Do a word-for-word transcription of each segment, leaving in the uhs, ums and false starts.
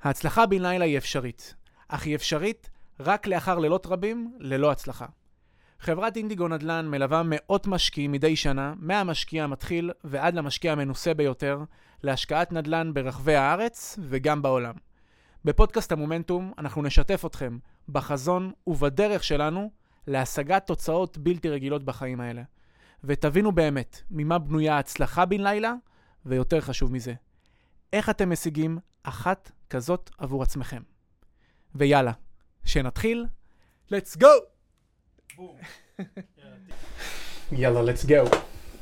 ההצלחה בן לילה היא אפשרית, אך היא אפשרית רק לאחר לילות רבים ללא הצלחה. חברת אינדיגו נדל"ן מלווה מאות משקיעים מדי שנה, מהמשקיע המתחיל ועד למשקיע המנוסה ביותר, להשקעת נדל"ן ברחבי הארץ וגם בעולם. בפודקאסט המומנטום אנחנו נשתף אתכם בחזון ובדרך שלנו להשגת תוצאות בלתי רגילות בחיים האלה. ותבינו באמת ממה בנויה ההצלחה בן לילה, ויותר חשוב מזה, איך אתם משיגים אחת כזאת עבור עצמכם. ויאללה, שנתחיל, let's go! יאללה, let's go.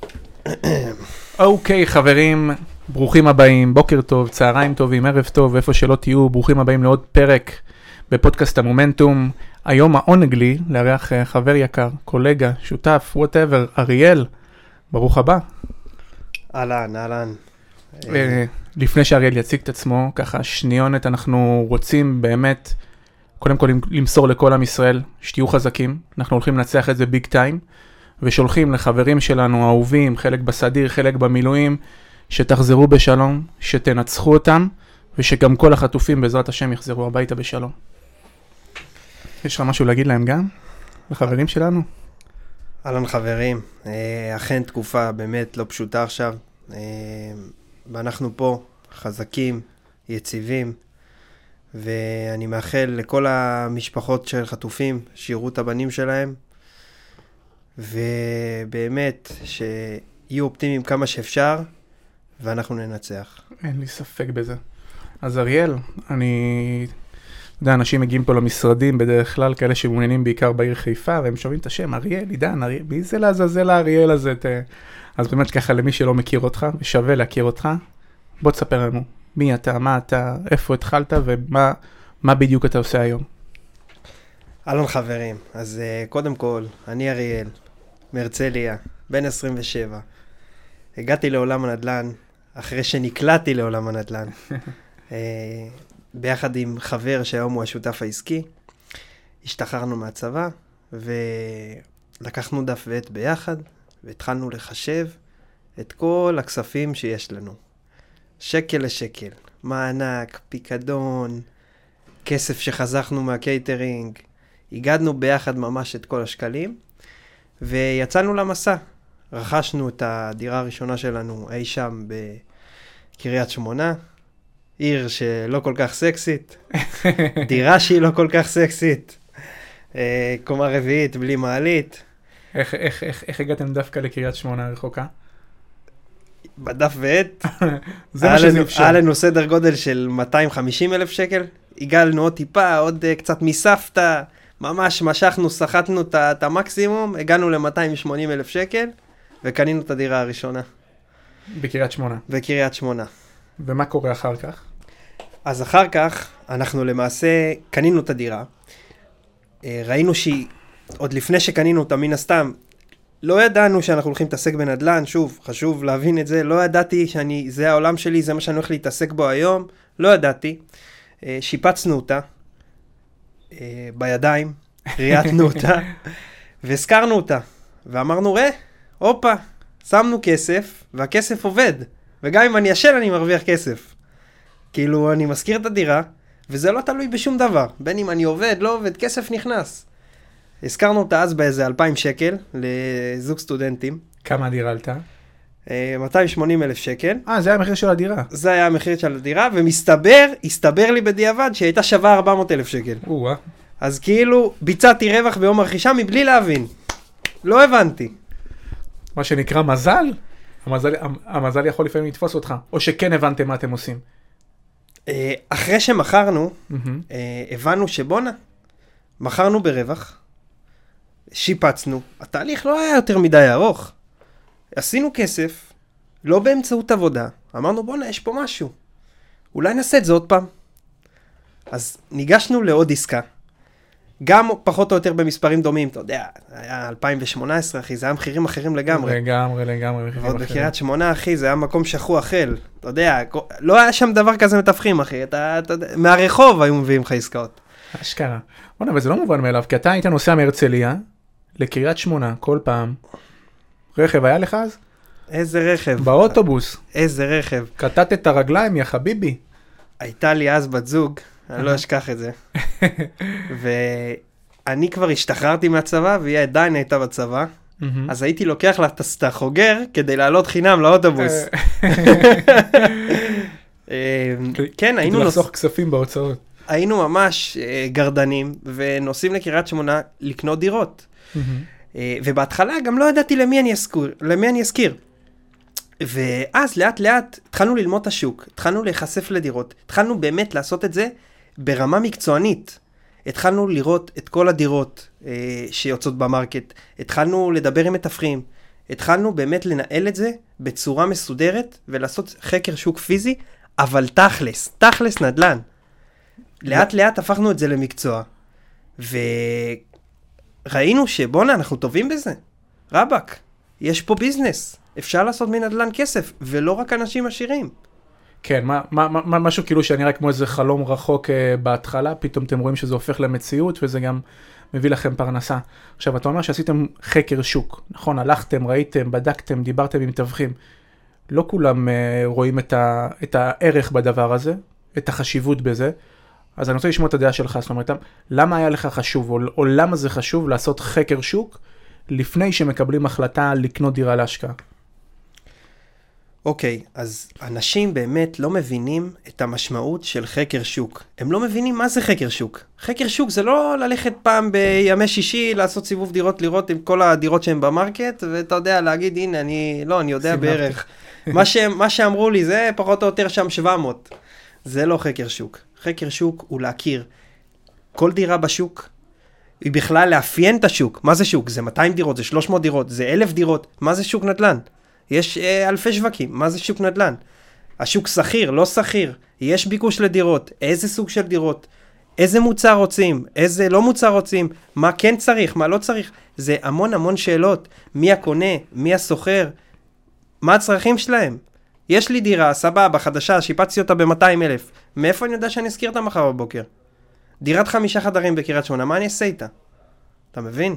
אוקיי, חברים, ברוכים הבאים, בוקר טוב, צהריים טובים, ערב טוב, איפה שלא תהיו, ברוכים הבאים לעוד פרק בפודקאסט המומנטום. היום העונג לי לארח חבר יקר, קולגה, שותף, whatever, אריאל. ברוך הבא. אהלן, אהלן. לפני שאריאל יציג את עצמו, ככה שניונת, אנחנו רוצים באמת, קודם כל למסור לכל עם ישראל, שתהיו חזקים, אנחנו הולכים לנצח את זה ביג טיים, ושולחים לחברים שלנו, אהובים, חלק בסדיר, חלק במילואים, שתחזרו בשלום, שתנצחו אותם, ושגם כל החטופים בעזרת השם יחזרו הביתה בשלום. יש לך משהו להגיד להם גם? לחברים שלנו? אהלן חברים, אכן תקופה באמת לא פשוטה עכשיו, ואנחנו פה חזקים, יציבים, ואני מאחל לכל המשפחות של חטופים שיראו את הבנים שלהם, ובאמת שיהיו אופטימיים כמה שאפשר, ואנחנו ננצח. אין לי ספק בזה. אז אריאל, אני יודע, אנשים מגיעים פה למשרדים בדרך כלל, כאלה שמעוניינים בעיקר בעיר חיפה, והם שומעים את השם, אריאל, עידן, אריאל, מי זה לעזאזל האריאל הזה? ת... אז באמת ככה למי שלא מכיר אותך, ושווה להכיר אותך, בוא תספר לנו מי אתה, מה אתה, איפה התחלת, ומה מה בדיוק אתה עושה היום. אהלן חברים, אז uh, קודם כל, אני אריאל, מהרצליה, בן עשרים ושבע. הגעתי לעולם הנדל"ן, אחרי שנקלעתי לעולם הנדל"ן. uh, ביחד עם חבר שהיום הוא השותף העסקי, השתחררנו מהצבא, ולקחנו דף ועט ביחד, והתחלנו לחשב את כל הכספים שיש לנו. שקל לשקל, מענק, פיקדון, כסף שחזכנו מהקייטרינג, הגדנו ביחד ממש את כל השקלים, ויצאנו למסע. רכשנו את הדירה הראשונה שלנו אי שם בקריית שמונה, עיר שלא כל כך סקסית, דירה שהיא לא כל כך סקסית, קומה רביעית בלי מעלית. איך, איך, איך, איך הגעתם דווקא לקריית שמונה רחוקה? בדף ועט, זה מה שזה אפשר. היה לנו סדר גודל של מאתיים וחמישים אלף שקל, הגענו עוד טיפה, עוד uh, קצת מספתא, ממש משכנו, שחטנו את המקסימום, הגענו ל-מאתיים ושמונים אלף שקל, וקנינו את הדירה הראשונה. בקריית שמונה. בקריית שמונה. ומה קורה אחר כך? אז אחר כך, אנחנו למעשה קנינו את הדירה, ראינו שהיא, עוד לפני שקנינו אותה מן הסתם, לא ידענו שאנחנו הולכים להתעסק בנדל"ן, שוב, חשוב להבין את זה, לא ידעתי שאני, זה העולם שלי, זה מה שאני הולך להתעסק בו היום, לא ידעתי. שיפצנו אותה בידיים, ריאטנו אותה, והזכרנו אותה, ואמרנו, ראה, הופה, שמנו כסף, והכסף עובד, וגם אם אני ישן אני מרוויח כסף. כאילו, אני מזכיר את הדירה, וזה לא תלוי בשום דבר, בין אם אני עובד, לא עובד, כסף נכנס. הזכרנו אותה אז באיזה אלפיים שקל לזוג סטודנטים. כמה הדירה עלתה? מאתיים ושמונים אלף שקל. אה, זה היה המחיר של הדירה. זה היה המחיר של הדירה, ומסתבר, הסתבר לי בדיעבד שהיא הייתה שווה ארבע מאות אלף שקל. או-אה. אז כאילו, ביצעתי רווח ביום הרכישה מבלי להבין. לא הבנתי. מה שנקרא מזל? המזל, המזל יכול לפעמים לתפוס אותך. או שכן הבנתם מה אתם עושים. אחרי שמכרנו, הבנו שבונה, מכרנו ברווח, שיפצנו, התהליך לא היה יותר מדי ארוך. עשינו כסף, לא באמצעות עבודה. אמרנו, בוא, יש פה משהו. אולי נעשה את זה עוד פעם. אז ניגשנו לעוד עסקה. גם פחות או יותר במספרים דומים. אתה יודע, היה אלפיים ושמונה עשרה, אחי, זה היה מחירים אחרים לגמרי. לגמרי, לגמרי. ועוד בקריית שמונה, אחי, זה היה מקום שכוח אחל. אתה יודע, לא היה שם דבר כזה מתווכים, אחי. אתה, אתה יודע, מהרחוב היו מביאים לך עסקאות. אשכרה. בוא נראה, זה לא מובן מאליו, כי אתה היית נוסע מהרצליה לקריית שמונה כל פעם. רכב היה לך אז? איזה רכב? באוטובוס. איזה רכב? קטעת את הרגליים, יא חביבי. הייתה לי אז בת זוג, אני לא אשכח את זה. ואני כבר השתחררתי מהצבא, והיא עדיין הייתה בצבא, אז הייתי לוקח לה את החוגר כדי לעלות חינם לאוטובוס. כן, היינו... כדי לחסוך כספים בהוצאות. היינו ממש גרדנים, ונוסעים לקריית שמונה לקנות דירות. ובהתחלה גם לא ידעתי למי אני אזכיר, למי אני אזכיר. ואז לאט לאט התחלנו ללמוד את השוק, התחלנו להיחשף לדירות, התחלנו באמת לעשות את זה ברמה מקצוענית. התחלנו לראות את כל הדירות אה, שיוצאות במרקט, התחלנו לדבר עם מתווכים, התחלנו באמת לנהל את זה בצורה מסודרת ולעשות חקר שוק פיזי, אבל תכלס, תכלס נדל"ן. לאט לאט הפכנו את זה למקצוע, וראינו שבונה, אנחנו טובים בזה. רבק, יש פה ביזנס, אפשר לעשות מנדל"ן כסף, ולא רק אנשים עשירים. כן, מה, מה, מה, משהו כאילו שאני רק כמו איזה חלום רחוק uh, בהתחלה, פתאום אתם רואים שזה הופך למציאות, וזה גם מביא לכם פרנסה. עכשיו, אתה אומר שעשיתם חקר שוק, נכון? הלכתם, ראיתם, בדקתם, דיברתם עם מתווכים. לא כולם uh, רואים את, ה, את הערך בדבר הזה, את החשיבות בזה. אז אני רוצה לשמוע את הדעה שלך, זאת אומרת, למה היה לך חשוב, או, או למה זה חשוב לעשות חקר שוק, לפני שמקבלים החלטה לקנות דירה להשקעה? אוקיי, okay, אז אנשים באמת לא מבינים את המשמעות של חקר שוק. הם לא מבינים מה זה חקר שוק. חקר שוק זה לא ללכת פעם בימי שישי, לעשות סיבוב דירות, לראות עם כל הדירות שהן במרקט, ואתה יודע, להגיד, הנה, אני, לא, אני יודע בערך. מה, ש, מה שאמרו לי זה פחות או יותר שם שבע מאות. זה לא חקר שוק. חקר שוק הוא להכיר כל דירה בשוק, היא בכלל לאפיין את השוק. מה זה שוק? זה מאתיים דירות, זה שלוש מאות דירות, זה אלף דירות. מה זה שוק נדל"ן? יש אה, אלפי שווקים. מה זה שוק נדל"ן? השוק שכיר, לא שכיר. יש ביקוש לדירות. איזה סוג של דירות? איזה מוצר רוצים? איזה לא מוצר רוצים? מה כן צריך? מה לא צריך? זה המון המון שאלות. מי הקונה? מי הסוחר? מה הצרכים שלהם? יש לי דירה, סבבה, חדשה, שיפצתי אותה ב-מאתיים אלף. מאיפה אני יודע שאני אזכיר אותה מחר בבוקר? דירת חמישה חדרים בקריית שמונה, מה אני אעשה איתה? אתה מבין?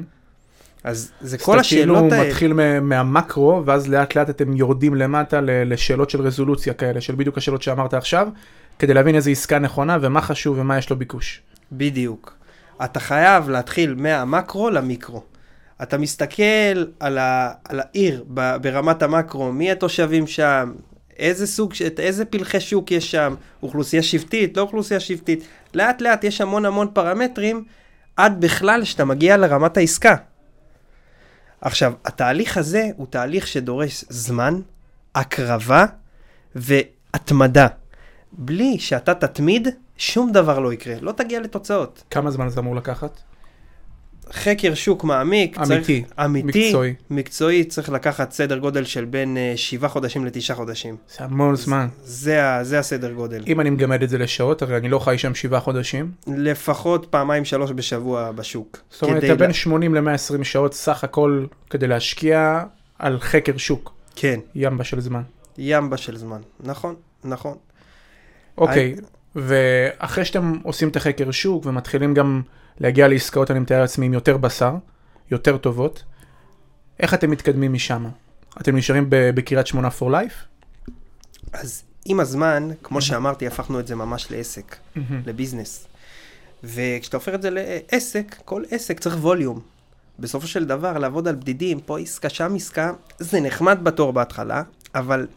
אז זה כל השאלות האלה. אז אתה כאילו מתחיל מהמקרו, ואז לאט לאט אתם יורדים למטה לשאלות של רזולוציה כאלה, של בדיוק השאלות שאמרת עכשיו, כדי להבין איזו עסקה נכונה, ומה חשוב ומה יש לו ביקוש. בדיוק. אתה חייב להתחיל מהמקרו למיקרו. אתה מסתכל על, ה, על העיר ב, ברמת המקרו, מי התושבים שם, איזה סוג, איזה פלחי שוק יש שם, אוכלוסייה שבטית, לא אוכלוסייה שבטית. לאט לאט יש המון המון פרמטרים, עד בכלל שאתה מגיע לרמת העסקה. עכשיו, התהליך הזה הוא תהליך שדורש זמן, הקרבה והתמדה. בלי שאתה תתמיד, שום דבר לא יקרה. לא תגיע לתוצאות. כמה זמן זה אמור לקחת? חקר שוק מעמיק. אמיתי. צריך, אמיתי. מקצועי. מקצועי צריך לקחת סדר גודל של בין שבעה חודשים לתשעה חודשים. זה המון זמן. זה, זה הסדר גודל. אם אני מגמד את זה לשעות, הרי אני לא חי שם שבעה חודשים. לפחות פעמיים שלוש בשבוע בשוק. זאת אומרת, אתה בין שמונים ל-מאה ועשרים שעות סך הכל כדי להשקיע על חקר שוק. כן. ימבה של זמן. ימבה של זמן. נכון, נכון. אוקיי, ואחרי שאתם עושים את החקר שוק ומתחילים גם להגיע לעסקאות, אני מתאר לעצמי, עם יותר בשר, יותר טובות, איך אתם מתקדמים משם? אתם נשארים בקריית שמונה for life? אז עם הזמן, כמו שאמרתי, הפכנו את זה ממש לעסק, לביזנס. וכשאתה הופך את זה לעסק, כל עסק צריך ווליום. בסופו של דבר, לעבוד על בדידים, פה עסקה, שם עסקה, זה נחמד בתור בהתחלה, אבל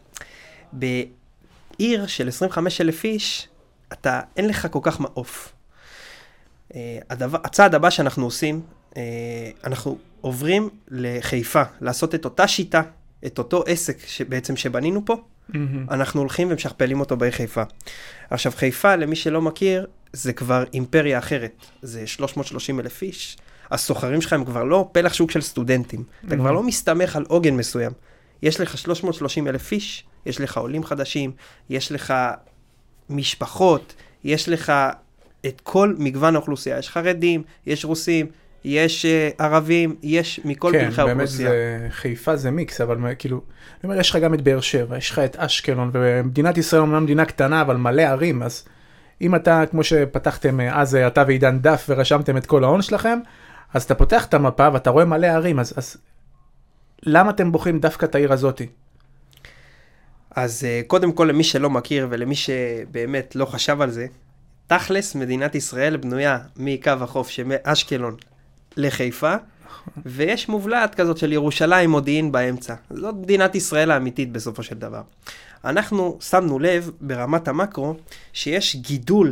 בעיר של עשרים וחמישה אלף איש, אתה, אין לך כל כך מעוף. Uh, הדבר, הצעד הבא שאנחנו עושים, uh, אנחנו עוברים לחיפה, לעשות את אותה שיטה, את אותו עסק שבעצם שבנינו פה, mm-hmm. אנחנו הולכים ומשכפלים אותו בחיפה. עכשיו, חיפה, למי שלא מכיר, זה כבר אימפריה אחרת. זה שלוש מאות ושלושים אלף איש. הסוחרים שלך הם כבר לא פלח שוק של סטודנטים. Mm-hmm. אתה כבר לא מסתמך על עוגן מסוים. יש לך שלוש מאות ושלושים אלף איש, יש לך עולים חדשים, יש לך משפחות, יש לך את כל מגוון האוכלוסייה. יש חרדים, יש רוסים, יש uh, ערבים, יש מכל כן, פלחי האוכלוסייה. כן, באמת זה, חיפה זה מיקס, אבל כאילו, אני אומר, יש לך גם את באר שבע, יש לך את אשקלון, ומדינת ישראל אומנם מדינה קטנה, אבל מלא ערים, אז אם אתה, כמו שפתחתם אז, אתה ועידן דף ורשמתם את כל ההון שלכם, אז אתה פותח את המפה ואתה רואה מלא ערים, אז, אז למה אתם בוחרים דווקא את העיר הזאתי? אז uh, קודם כל, למי שלא מכיר ולמי שבאמת לא חשב על זה, תכלס, מדינת ישראל בנויה מקו החוף שמאשקלון לחיפה, ויש מובלעת כזאת של ירושלים מודיעין באמצע. זאת מדינת ישראל האמיתית בסופו של דבר. אנחנו שמנו לב ברמת המקרו שיש גידול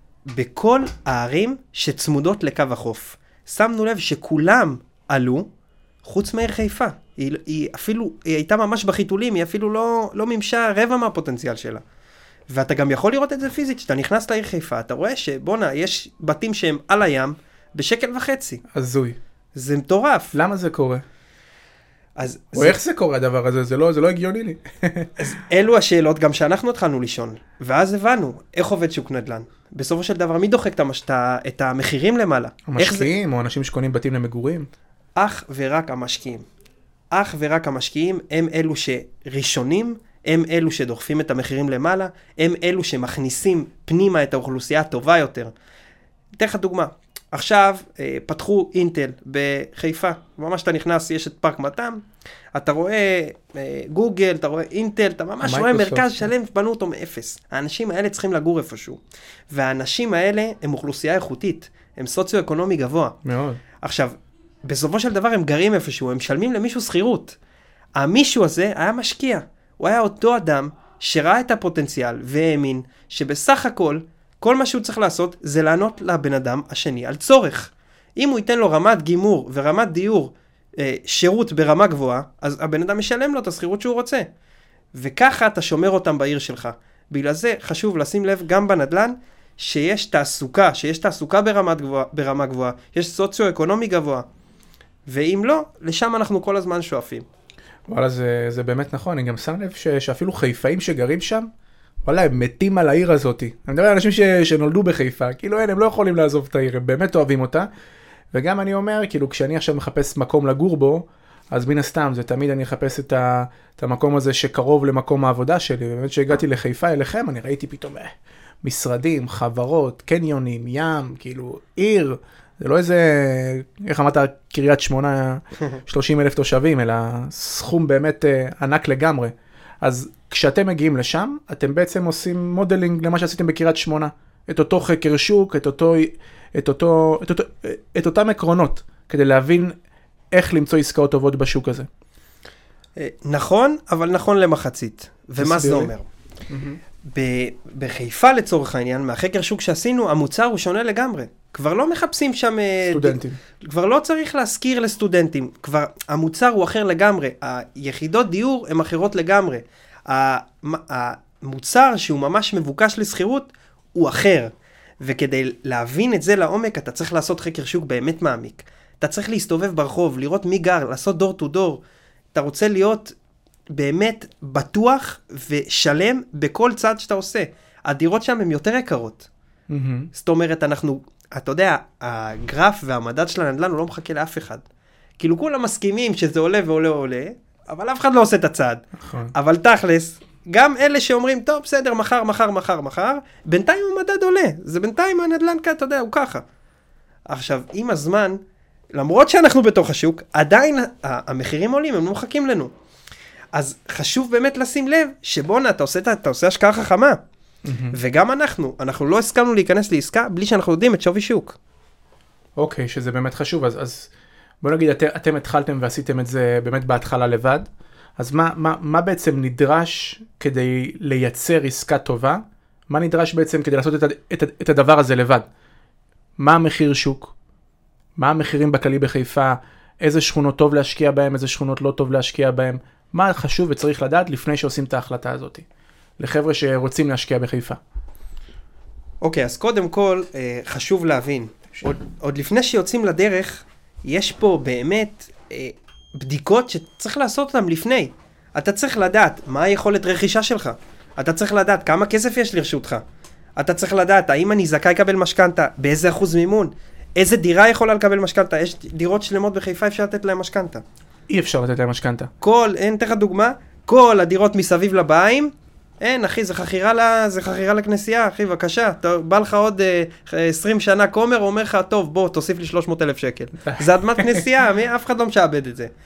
בכל הערים שצמודות לקו החוף. שמנו לב שכולם עלו חוץ מהעיר חיפה. היא, היא אפילו, היא הייתה ממש בחיתולים, היא אפילו לא, לא ממשה רבע מהפוטנציאל שלה. ואתה גם יכול לראות את זה פיזית, שאתה נכנס לעיר חיפה, אתה רואה שבונה, יש בתים שהם על הים בשקל וחצי. הזוי. זה מטורף. למה זה קורה? אז או זה... איך זה קורה הדבר הזה? זה לא, זה לא הגיוני לי. אז אלו השאלות גם שאנחנו התחלנו לישון, ואז הבנו איך עובד שוק נדל"ן. בסופו של דבר, מי דוחק את, המש... את המחירים למעלה? המשקיעים זה... או אנשים שקונים בתים למגורים? אך ורק המשקיעים. אך ורק המשקיעים הם אלו שראשונים, הם אלו שדוחפים את המחירים למעלה, הם אלו שמכניסים פנימה את האוכלוסייה הטובה יותר. אתן לך דוגמה. עכשיו פתחו אינטל בחיפה, ממש אתה נכנס, יש את פארק מתם, אתה רואה גוגל, אתה רואה אינטל, אתה ממש רואה מרכז שלם, בנו אותו מאפס. האנשים האלה צריכים לגור איפשהו, והאנשים האלה הם אוכלוסייה איכותית, הם סוציו-אקונומי גבוה. מאוד. עכשיו, בסופו של דבר הם גרים איפשהו, הם משלמים למישהו שכירות. המישהו הזה היה משקיע, הוא היה אותו אדם שראה את הפוטנציאל והאמין שבסך הכל, כל מה שהוא צריך לעשות זה לענות לבן אדם השני על צורך. אם הוא ייתן לו רמת גימור ורמת דיור, אה, שירות ברמה גבוהה, אז הבן אדם משלם לו את השכירות שהוא רוצה. וככה אתה שומר אותם בעיר שלך. בגלל זה חשוב לשים לב גם בנדלן, שיש תעסוקה, שיש תעסוקה ברמת גבוהה, ברמה גבוהה, יש סוציו-אקונומי גבוה. ואם לא, לשם אנחנו כל הזמן שואפים. וואלה, זה, זה באמת נכון. אני גם שם לב ש, שאפילו חיפאים שגרים שם, וואלה, הם מתים על העיר הזאת. אני מדבר על אנשים ש, שנולדו בחיפה, כאילו אין, הם לא יכולים לעזוב את העיר, הם באמת אוהבים אותה. וגם אני אומר, כאילו, כשאני עכשיו מחפש מקום לגור בו, אז מן הסתם, זה תמיד אני אחפש את, ה, את המקום הזה שקרוב למקום העבודה שלי. באמת שהגעתי לחיפה אליכם, אני ראיתי פתאום אה, משרדים, חברות, קניונים, ים, כאילו, עיר. זה לא איזה, איך אמרת, קריית שמונה, שלושים אלף תושבים, אלא סכום באמת אה, ענק לגמרי. אז כשאתם מגיעים לשם, אתם בעצם עושים מודלינג למה שעשיתם בקריית שמונה. את אותו חקר שוק, את אותו, את אותו, את אותו, את אותם עקרונות, כדי להבין איך למצוא עסקאות טובות בשוק הזה. נכון, אבל נכון למחצית. ומה זה אומר? בחיפה לצורך העניין, מהחקר שוק שעשינו, המוצר הוא שונה לגמרי. כבר לא מחפשים שם... סטודנטים. כבר לא צריך להזכיר לסטודנטים. כבר המוצר הוא אחר לגמרי. היחידות דיור הן אחרות לגמרי. המוצר שהוא ממש מבוקש לסחירות הוא אחר. וכדי להבין את זה לעומק, אתה צריך לעשות חקר שוק באמת מעמיק. אתה צריך להסתובב ברחוב, לראות מי גר, לעשות דור טו דור. אתה רוצה להיות באמת בטוח ושלם בכל צעד שאתה עושה. הדירות שם הן יותר יקרות. Mm-hmm. זאת אומרת, אנחנו, אתה יודע, הגרף והמדד של הנדל"ן הוא לא מחכה לאף אחד. כאילו כולם מסכימים שזה עולה ועולה ועולה, אבל אף אחד לא עושה את הצעד. נכון. אבל תכלס, גם אלה שאומרים, טוב, בסדר, מחר, מחר, מחר, מחר, בינתיים המדד עולה. זה בינתיים הנדל"ן, אתה יודע, הוא ככה. עכשיו, עם הזמן, למרות שאנחנו בתוך השוק, עדיין המחירים עולים, הם לא מחכים לנו. אז חשוב באמת לשים לב שבונה, אתה עושה, אתה עושה השקעה חכמה. Mm-hmm. וגם אנחנו, אנחנו לא הסכמנו להיכנס לעסקה בלי שאנחנו יודעים את שווי שוק. אוקיי, okay, שזה באמת חשוב. אז, אז בוא נגיד, את, אתם התחלתם ועשיתם את זה באמת בהתחלה לבד. אז מה, מה, מה בעצם נדרש כדי לייצר עסקה טובה? מה נדרש בעצם כדי לעשות את, את, את הדבר הזה לבד? מה המחיר שוק? מה המחירים בכללי בחיפה? איזה שכונות טוב להשקיע בהם? איזה שכונות לא טוב להשקיע בהם? מה חשוב וצריך לדעת לפני שעושים את ההחלטה הזאת? לחבר'ה שרוצים להשקיע בחיפה. אוקיי, אז קודם כל, חשוב להבין. עוד, עוד לפני שיוצאים לדרך, יש פה באמת בדיקות שצריך לעשות אותן לפני. אתה צריך לדעת מה היכולת רכישה שלך. אתה צריך לדעת כמה כסף יש לרשותך. אתה צריך לדעת האם אני זכאי לקבל משכנתה, באיזה אחוז מימון, איזה דירה יכולה לקבל משכנתה. יש דירות שלמות בחיפה, אפשר לתת להם משכנתה. אי אפשר לתת להם משכנתה. כל, אין, תכף דוגמה, כל הדירות מסביב לבאים, אין, אחי, זה חכירה, לה, זה חכירה לכנסייה, אחי, בבקשה, אתה בא לך עוד uh, עשרים שנה קומר, אומר לך, טוב, בוא, תוסיף לי שלוש מאות אלף שקל. זה אדמת כנסייה, מי, אף אחד לא משעבד את זה.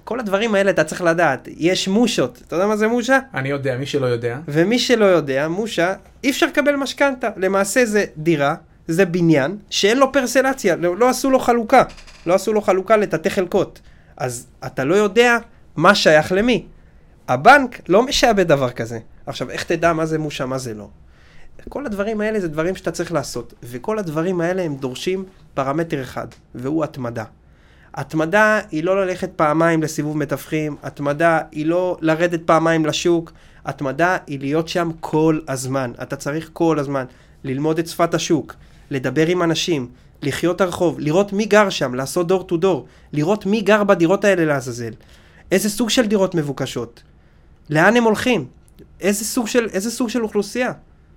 כל הדברים האלה אתה צריך לדעת. יש מושות. אתה יודע מה זה מושה? אני יודע, מי שלא יודע. ומי שלא יודע, מושה, אי אפשר לקבל משכנתה. למעשה זה דירה, זה בניין, שאין לו פרסלציה, לא, לא עשו לו חלוקה. לא עשו לו חלוקה לתתי חלקות. אז אתה לא יודע מה שייך למי. הבנק לא משעבד דבר כזה. עכשיו, איך תדע מה זה מושה, מה זה לא? כל הדברים האלה זה דברים שאתה צריך לעשות. וכל הדברים האלה הם דורשים פרמטר אחד, והוא התמדה. התמדה היא לא ללכת פעמיים לסיבוב מתווכים, התמדה היא לא לרדת פעמיים לשוק, התמדה היא להיות שם כל הזמן. אתה צריך כל הזמן ללמוד את שפת השוק, לדבר עם אנשים, לחיות הרחוב, לראות מי גר שם, לעשות דור טו דור, לראות מי גר בדירות האלה לעזאזל. איזה סוג של דירות מבוקשות? לאן הם הולכים? איזה סוג של, איזה סוג של אוכלוסייה?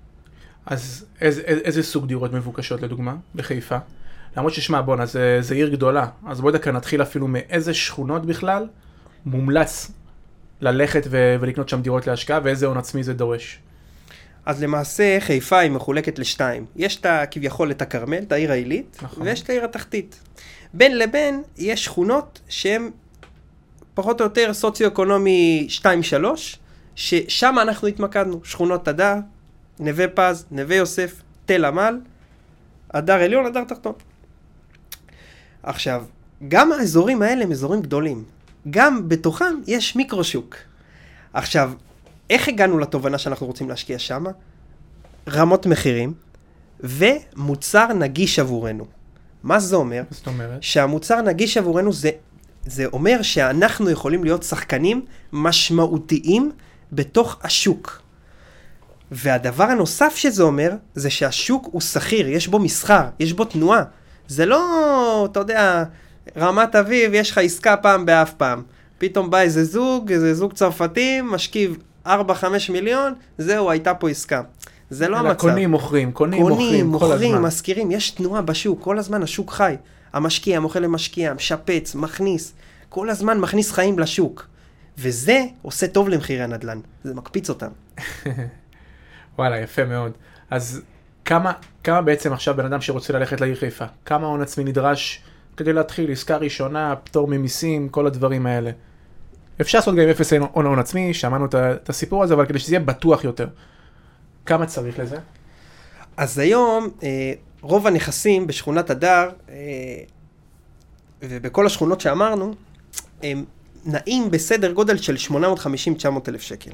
אז איזה, איזה סוג דירות מבוקשות לדוגמה בחיפה? למרות ששמע, בוא, זה, זה עיר גדולה, אז בואי דקה נתחיל אפילו מאיזה שכונות בכלל מומלץ ללכת ו- ולקנות שם דירות להשקעה, ואיזה הון עצמי זה דורש. אז למעשה חיפה היא מחולקת לשתיים. יש את כביכול את הכרמל, את העיר העילית, נכון. ויש את העיר התחתית. בין לבין יש שכונות שהן פחות או יותר סוציו-אקונומי שתיים שלוש, ששם אנחנו התמקדנו. שכונות הדר, נווה פז, נווה יוסף, תל עמל, הדר עליון, הדר תחתון. עכשיו, גם האזורים האלה הם אזורים גדולים. גם בתוכם יש מיקרו-שוק. עכשיו, איך הגענו לתובנה שאנחנו רוצים להשקיע שם? רמות מחירים ומוצר נגיש עבורנו. מה זה אומר? זאת אומרת? שהמוצר נגיש עבורנו זה, זה אומר שאנחנו יכולים להיות שחקנים משמעותיים בתוך השוק. והדבר הנוסף שזה אומר, זה שהשוק הוא שכיר, יש בו מסחר, יש בו תנועה. זה לא, אתה יודע, רמת אביב, יש לך עסקה פעם באף פעם. פתאום בא איזה זוג, איזה זוג צרפתים, משכיב ארבע חמש מיליון, זהו, הייתה פה עסקה. זה לא המצב. קונים, מוכרים, קונים, קונים, מוכרים, מוכרים, כל הזמן. מזכירים, יש תנועה בשוק, כל הזמן השוק חי. המשקיע, מוכר למשקיע, משפץ, מכניס, כל הזמן מכניס חיים לשוק. וזה עושה טוב למחירי הנדל"ן, זה מקפיץ אותם. וואלה, יפה מאוד. אז כמה, כמה בעצם עכשיו בן אדם שרוצה ללכת לעיר חיפה? כמה הון עצמי נדרש כדי להתחיל? עסקה ראשונה, פטור ממיסים, כל הדברים האלה. אפשר לעשות גם עם אפס הון הון עצמי, שמענו את הסיפור הזה, אבל כדי שזה יהיה בטוח יותר. כמה צריך לזה? אז היום, רוב הנכסים בשכונת הדר, ובכל השכונות שאמרנו, הם נעים בסדר גודל של שמונה מאות וחמישים עד תשע מאות אלף שקל.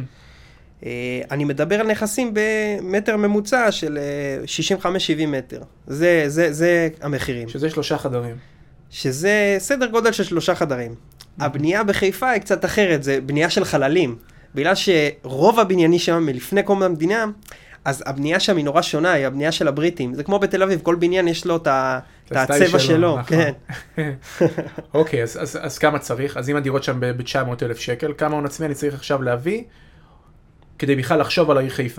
אני מדבר על נכסים במטר ממוצע של שישים וחמש שבעים מטר. זה, זה, זה המחירים. שזה שלושה חדרים. שזה סדר גודל של שלושה חדרים. הבנייה בחיפה היא קצת אחרת, זה בנייה של חללים. בגלל שרוב הבנייני שם מלפני קום המדינה, אז הבנייה שם היא נורא שונה, היא הבנייה של הבריטים. זה כמו בתל אביב, כל בניין יש לו את הצבע שלו. כן. אוקיי, אז, אז, אז כמה צריך? אז אם הדירות שם ב-תשע מאות אלף שקל, כמה הון עצמי אני צריך עכשיו להביא, כדי בכלל לחשוב על העיר חיפה?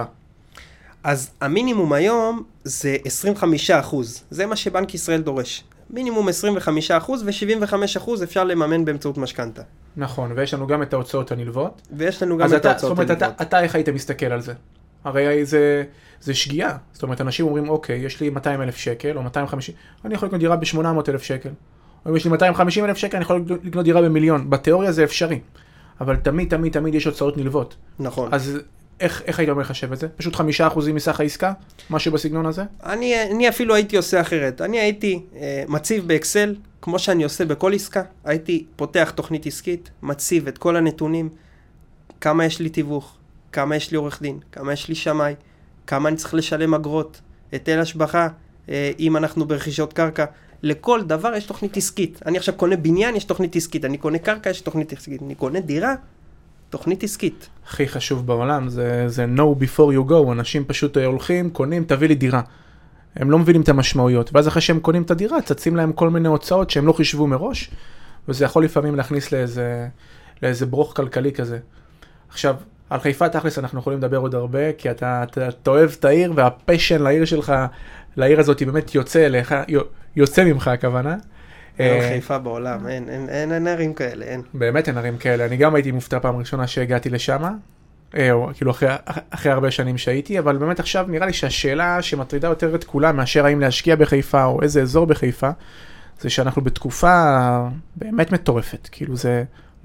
אז המינימום היום זה עשרים וחמישה אחוז. זה מה שבנק ישראל דורש. מינימום עשרים וחמישה אחוז ו-שבעים וחמישה אחוז אפשר לממן באמצעות משכנתה. נכון, ויש לנו גם את ההוצאות הנלוות. ויש לנו גם את אתה, ההוצאות הנלוות. זאת אומרת, אתה, אתה איך היית מסתכל על זה? הרי זה, זה שגיאה. זאת אומרת, אנשים אומרים, אוקיי, יש לי מאתיים אלף שקל או מאתיים וחמישים, אני יכול לקנות דירה ב-שמונה מאות אלף שקל. או אם יש לי מאתיים וחמישים אלף שקל, אני יכול לקנות דירה במיליון. בתיאוריה זה אפשרי. אבל תמיד, תמיד, תמיד יש הוצאות נלוות. נכון. אז איך, איך היית אומר לחשב את זה? פשוט חמישה אחוזים מסך העסקה? משהו בסגנון הזה? אני, אני אפילו הייתי עושה אחרת. אני הייתי אה, מציב באקסל, כמו שאני עושה בכל עסקה. הייתי פותח תוכנית עסקית, מציב את כל הנתונים, כמה יש לי תיווך, כמה יש לי עורך דין, כמה יש לי שמאי, כמה אני צריך לשלם אגרות, היטל השבחה, אה, אם אנחנו ברכישות קרקע. לכל דבר יש תוכנית עסקית. אני עכשיו קונה בניין, יש תוכנית עסקית. אני קונה קרקע, יש תוכנית עסקית. אני קונה דירה, תוכנית עסקית. הכי חשוב בעולם, זה, זה know before you go. אנשים פשוט הולכים, קונים, תביא לי דירה. הם לא מבינים את המשמעויות. ואז אחרי שהם קונים את הדירה, צצים להם כל מיני הוצאות שהם לא חישבו מראש, וזה יכול לפעמים להכניס לאיזה, לאיזה ברוך כלכלי כזה. עכשיו, על חיפה תכלס אנחנו יכולים לדבר עוד הרבה, כי אתה, אתה, אתה אוהב את העיר, והפשן לעיר שלך, לעיר הזאת היא באמת יוצא אליך, יוצא ממך הכוונה. אין חיפה בעולם, אין, אין, אין, אין ערים כאלה, אין. באמת אין ערים כאלה. אני גם הייתי מופתע פעם ראשונה שהגעתי לשם, או כאילו אחרי, אחרי הרבה שנים שהייתי, אבל באמת עכשיו נראה לי שהשאלה שמטרידה יותר את כולם, מאשר האם להשקיע בחיפה או איזה אזור בחיפה, זה שאנחנו בתקופה באמת מטורפת. כאילו זה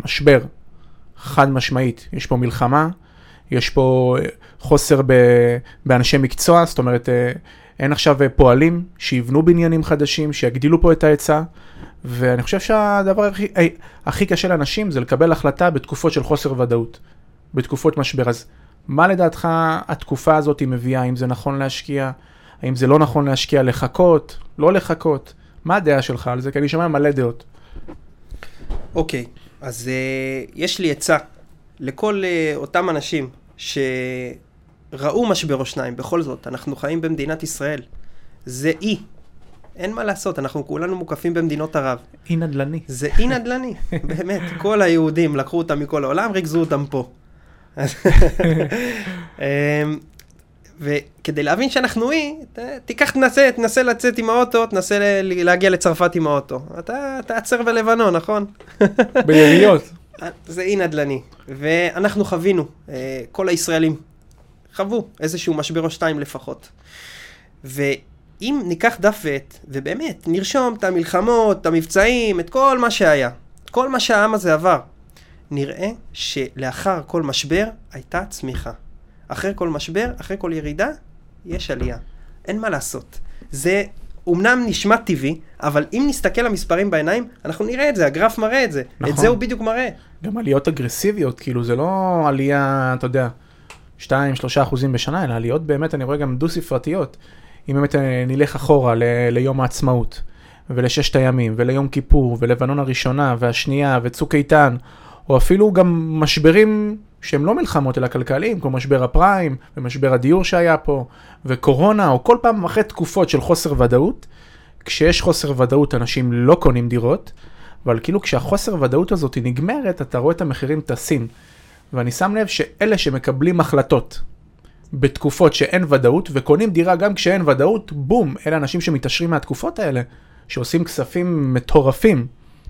משבר, חד משמעית. יש פה מלחמה, יש פה חוסר ב, באנשי מקצוע, זאת אומרת, אין עכשיו פועלים שיבנו בניינים חדשים, שיגדילו פה את ההיצע, ואני חושב שהדבר הכי, הכי קשה לאנשים זה לקבל החלטה בתקופות של חוסר ודאות, בתקופות משבר. אז מה לדעתך התקופה הזאת היא מביאה? האם זה נכון להשקיע? האם זה לא נכון להשקיע? לחכות? לא לחכות? מה הדעה שלך על זה? כי אני שומע מלא דעות. אוקיי, אז uh, יש לי עצה לכל uh, אותם אנשים שראו משבר או שניים. בכל זאת, אנחנו חיים במדינת ישראל. זה אי. אין מה לעשות, אנחנו כולנו מוקפים במדינות ערב. אי נדלני. זה אי נדלני, באמת. כל היהודים לקחו אותם מכל העולם, ריכזו אותם פה. וכדי להבין שאנחנו אי, תיקח, תנסה, תנסה לצאת עם האוטו, תנסה להגיע לצרפת עם האוטו. אתה תעצר בלבנון, נכון? ביריות. זה אי נדלני. ואנחנו חווינו, כל הישראלים חוו איזשהו משבר או שתיים לפחות. ואם ניקח דף ועט, ובאמת נרשום את המלחמות, את המבצעים, את כל מה שהיה, כל מה שהעם הזה עבר, נראה שלאחר כל משבר הייתה צמיחה. אחרי כל משבר, אחרי כל ירידה, יש עלייה. אין מה לעשות. זה אומנם נשמע טבעי, אבל אם נסתכל למספרים בעיניים, אנחנו נראה את זה, הגרף מראה את זה. נכון. את זה הוא בדיוק מראה. גם עליות אגרסיביות, כאילו זה לא עלייה, אתה יודע, שתיים שלושה אחוזים בשנה, אלא עליות באמת, אני רואה גם דו ספרתיות. אם באמת נלך אחורה ל- ליום העצמאות, ולששת הימים, וליום כיפור, ולבנון הראשונה, והשנייה, וצוק איתן, או אפילו גם משברים שהם לא מלחמות אלא כלכליים, כמו משבר הפריים, ומשבר הדיור שהיה פה, וקורונה, או כל פעם אחרי תקופות של חוסר ודאות. כשיש חוסר ודאות, אנשים לא קונים דירות, אבל כאילו כשהחוסר ודאות הזאת היא נגמרת, אתה רואה את המחירים טסים. ואני שם לב שאלה שמקבלים החלטות בתקופות שאין ודאות, וקונים דירה גם כשאין ודאות, בום, אלה אנשים שמתעשרים מהתקופות האלה, שעושים כספים מטורפים.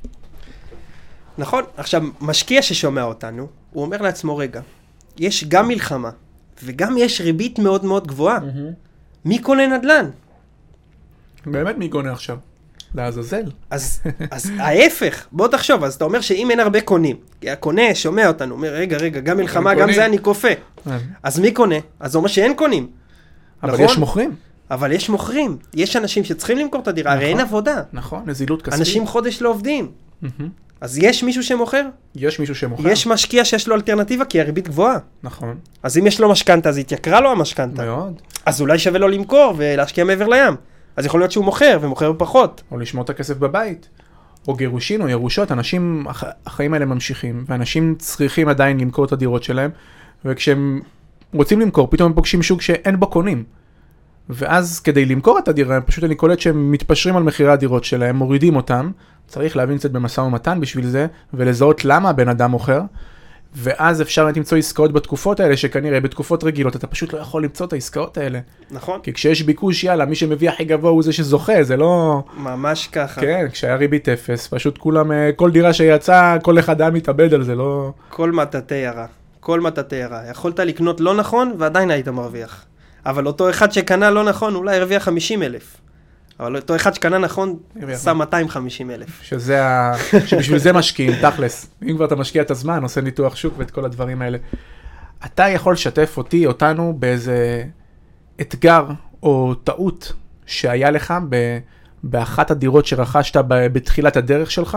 נכון, עכשיו, משקיע ששומע אותנו, הוא אומר לעצמו, רגע, יש גם מלחמה, וגם יש ריבית מאוד מאוד גבוהה. מי קונה נדל"ן? באמת מי קונה עכשיו? לעזאזל. אז, אז ההפך, בוא תחשוב, אז אתה אומר שאם אין הרבה קונים, כי הקונה שומע אותנו, אומר, רגע, רגע, גם מלחמה, גם זה אני כופה. אז מי קונה? אז זה אומר שאין קונים. אבל יש מוכרים. אבל יש מוכרים. יש אנשים שצריכים למכור את הדירה, הרי אין עבודה. נכון, נזילות כספית. אנשים חודש לא עובדים. אז יש מישהו שמוכר? יש מישהו שמוכר. יש משקיע שיש לו אלטרנטיבה, כי הריבית גבוהה. נכון. אז אם יש לו משכנתה, אז התייקרה לו המשכנתה. מאוד. אז אולי שווה לו למכור ולהשקיע מעבר לים. אז יכול להיות שהוא מוכר, ומוכר פחות. או לשמור את הכסף בבית. או גירושין או ירושות. אנשים, החיים האלה ממשיכים, ואנשים צריכים עדיין למכור את הדירות שלהם, וכשהם רוצים למכור, פתאום הם פוגשים שוק שאין בו קונים. ואז כדי למכור את הדירה, פשוט אני קולט שהם מתפשרים על מחירי הדירות שלהם, מורידים אותם. צריך להבין קצת במשא ומתן בשביל זה, ולזהות למה הבן אדם מוכר, ואז אפשר למצוא עסקאות בתקופות האלה, שכנראה בתקופות רגילות, אתה פשוט לא יכול למצוא את העסקאות האלה. נכון. כי כשיש ביקוש, יאללה, מי שמביא הכי גבוה הוא זה שזוכה, זה לא... ממש ככה. כן, כשהיה ריבית אפס, פשוט כולם, כל דירה שיצאה, כל אחד היה מתאבד על זה, לא... כל מטאטי ירה, כל מטאטי ירה. יכולת לקנות לא נכון, ועדיין היית מרוויח. אבל אותו אחד שקנה לא נכון, אולי הרוויח חמישים אלף. אבל אותו אחד שקנה נכון, שם מאתיים וחמישים אלף. שזה ה... שבשביל זה משקיעים, תכלס. אם כבר אתה משקיע את הזמן, עושה ניתוח שוק ואת כל הדברים האלה. אתה יכול לשתף אותי, אותנו, באיזה אתגר או טעות שהיה לך ב... באחת הדירות שרכשת ב... בתחילת הדרך שלך,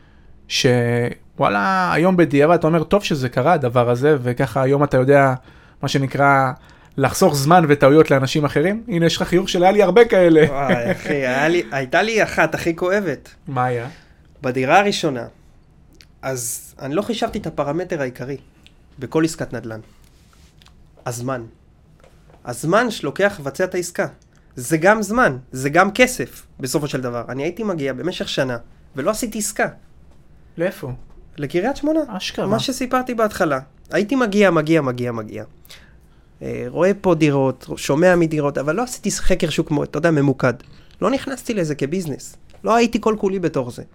שוואלה, היום בדיעבד אתה אומר, טוב שזה קרה הדבר הזה, וככה היום אתה יודע, מה שנקרא... לחסוך זמן וטעויות לאנשים אחרים? הנה, יש לך חיוך של היה לי הרבה כאלה. וואי, אחי, היה לי, הייתה לי אחת הכי כואבת. מה היה? בדירה הראשונה, אז אני לא חישבתי את הפרמטר העיקרי בכל עסקת נדל"ן. הזמן. הזמן שלוקח לבצע את העסקה. זה גם זמן, זה גם כסף, בסופו של דבר. אני הייתי מגיע במשך שנה, ולא עשיתי עסקה. לאיפה? לקריית שמונה. אשכרה. מה שסיפרתי בהתחלה. הייתי מגיע, מגיע, מגיע, מגיע. רואה פה דירות, שומע מדירות, אבל לא עשיתי חקר שוק מאוד, אתה יודע, ממוקד. לא נכנסתי לזה כביזנס. לא הייתי כל כולי בתור זה.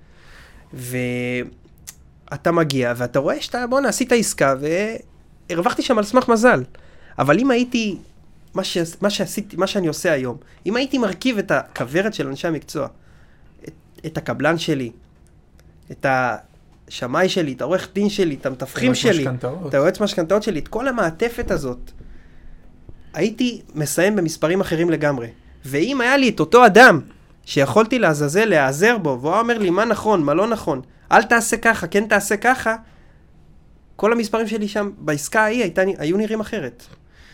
ואתה מגיע, ואתה רואה שאתה, בוא נעשית עסקה, והרווחתי שם על סמך מזל. אבל אם הייתי, מה, ש... מה שעשיתי, מה שאני עושה היום, אם הייתי מרכיב את הכוורת של אנשי המקצוע, את, את הקבלן שלי, את השמאי שלי, את העורך דין שלי, את המתווכים שלי, את היועץ משכנתאות שלי, את כל המעטפת הזאת, הייתי מסיים במספרים אחרים לגמרי. ואם היה לי את אותו אדם שיכולתי לעזאזל, להיעזר בו, והוא אומר לי מה נכון, מה לא נכון, אל תעשה ככה, כן תעשה ככה, כל המספרים שלי שם בעסקה ההיא הייתה, היו נראים אחרת.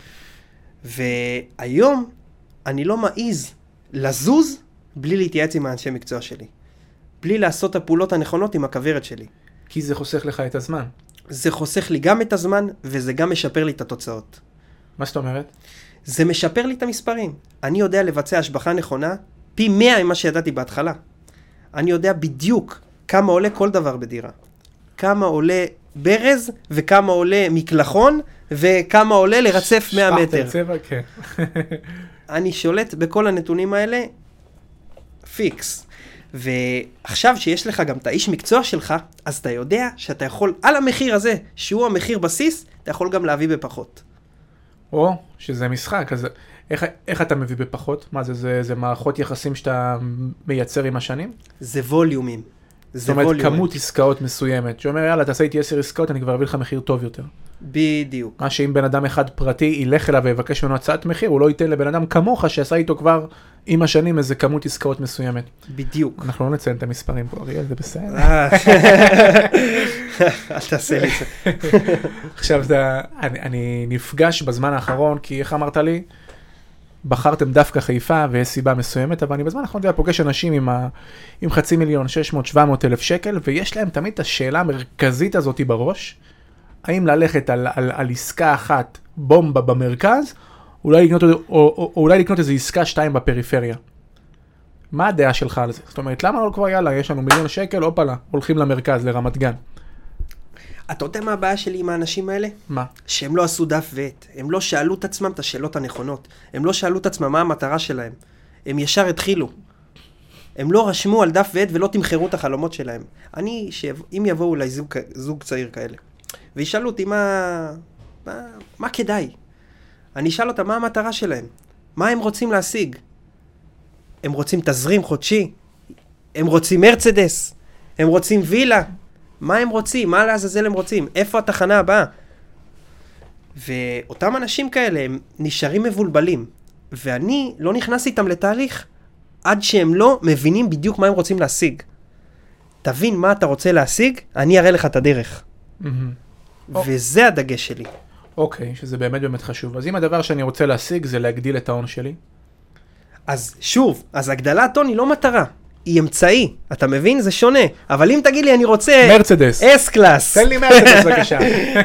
והיום אני לא מעיז לזוז בלי להתייעץ עם האנשי מקצוע שלי. בלי לעשות הפעולות הנכונות עם הכוורת שלי. כי זה חוסך לך את הזמן. זה חוסך לי גם את הזמן, וזה גם משפר לי את התוצאות. מה זאת אומרת? זה משפר לי את המספרים. אני יודע לבצע השבחה נכונה, פי מאה ממה שידעתי בהתחלה. אני יודע בדיוק כמה עולה כל דבר בדירה. כמה עולה ברז, וכמה עולה מקלחון, וכמה עולה לרצף מאה מטר. צבע, כן. אני שולט בכל הנתונים האלה, פיקס. ועכשיו שיש לך גם את האיש מקצוע שלך, אז אתה יודע שאתה יכול, על המחיר הזה, שהוא המחיר בסיס, אתה יכול גם להביא בפחות. או, שזה משחק, אז איך, איך אתה מביא בפחות? מה זה, זה, זה מערכות יחסים שאתה מייצר עם השנים? זה ווליומים. זאת אומרת, ווליומים. כמות עסקאות מסוימת, שאומר, יאללה, תעשה איתי עשר עסקאות, אני כבר אביא לך מחיר טוב יותר. בדיוק. מה שאם בן אדם אחד פרטי ילך אליו ויבקש ממנו הצעת מחיר, הוא לא ייתן לבן אדם כמוך שעשה איתו כבר עם השנים איזה כמות עסקאות מסוימת. בדיוק. אנחנו לא נציין את המספרים פה, אריאל, זה בסדר. אל תעשה לי זה. עכשיו, אני, אני נפגש בזמן האחרון, כי איך אמרת לי? בחרתם דווקא חיפה ויש סיבה מסוימת, אבל אני בזמן האחרון פוגש אנשים עם, ה, עם חצי מיליון, שש מאות, שבע מאות אלף שקל, ויש להם תמיד את השאלה המרכזית הזאת בראש, האם ללכת על, על, על עסקה אחת בומבה במרכז, אולי לקנות, או, או, או אולי לקנות איזו עסקה שתיים בפריפריה. מה הדעה שלך על זה? זאת אומרת, למה לא כבר יאללה, יש לנו מיליון שקל, אופלה, הולכים למרכז, לרמת גן. אתה יודע מה הבעיה שלי עם האנשים האלה? מה? שהם לא עשו דף ועט. הם לא שאלו את עצמם את השאלות הנכונות. הם לא שאלו את עצמם מה המטרה שלהם. הם ישר התחילו. הם לא רשמו על דף ועט ולא תמחרו את החלומות שלהם. אני, שיב... אם יבואו אולי זוג, זוג צעיר כאלה, וישאלו אותי מה, מה, מה כדאי? אני אשאל אותם מה המטרה שלהם. מה הם רוצים להשיג? הם רוצים תזרים חודשי? הם רוצים מרצדס? הם רוצים וילה? מה הם רוצים? מה לעזאזל הם רוצים? איפה התחנה הבאה? ואותם אנשים כאלה הם נשארים מבולבלים. ואני לא נכנס איתם לתהליך עד שהם לא מבינים בדיוק מה הם רוצים להשיג. תבין מה אתה רוצה להשיג, אני אראה לך את הדרך. וזה הדגש שלי. אוקיי, שזה באמת באמת חשוב. אז אם הדבר שאני רוצה להשיג זה להגדיל את ההון שלי? אז שוב, אז הגדלת הון היא לא מטרה. היא אמצעי, אתה מבין? זה שונה. אבל אם תגיד לי, אני רוצה... מרצדס. אס-קלאס. תן לי מרצדס, בבקשה.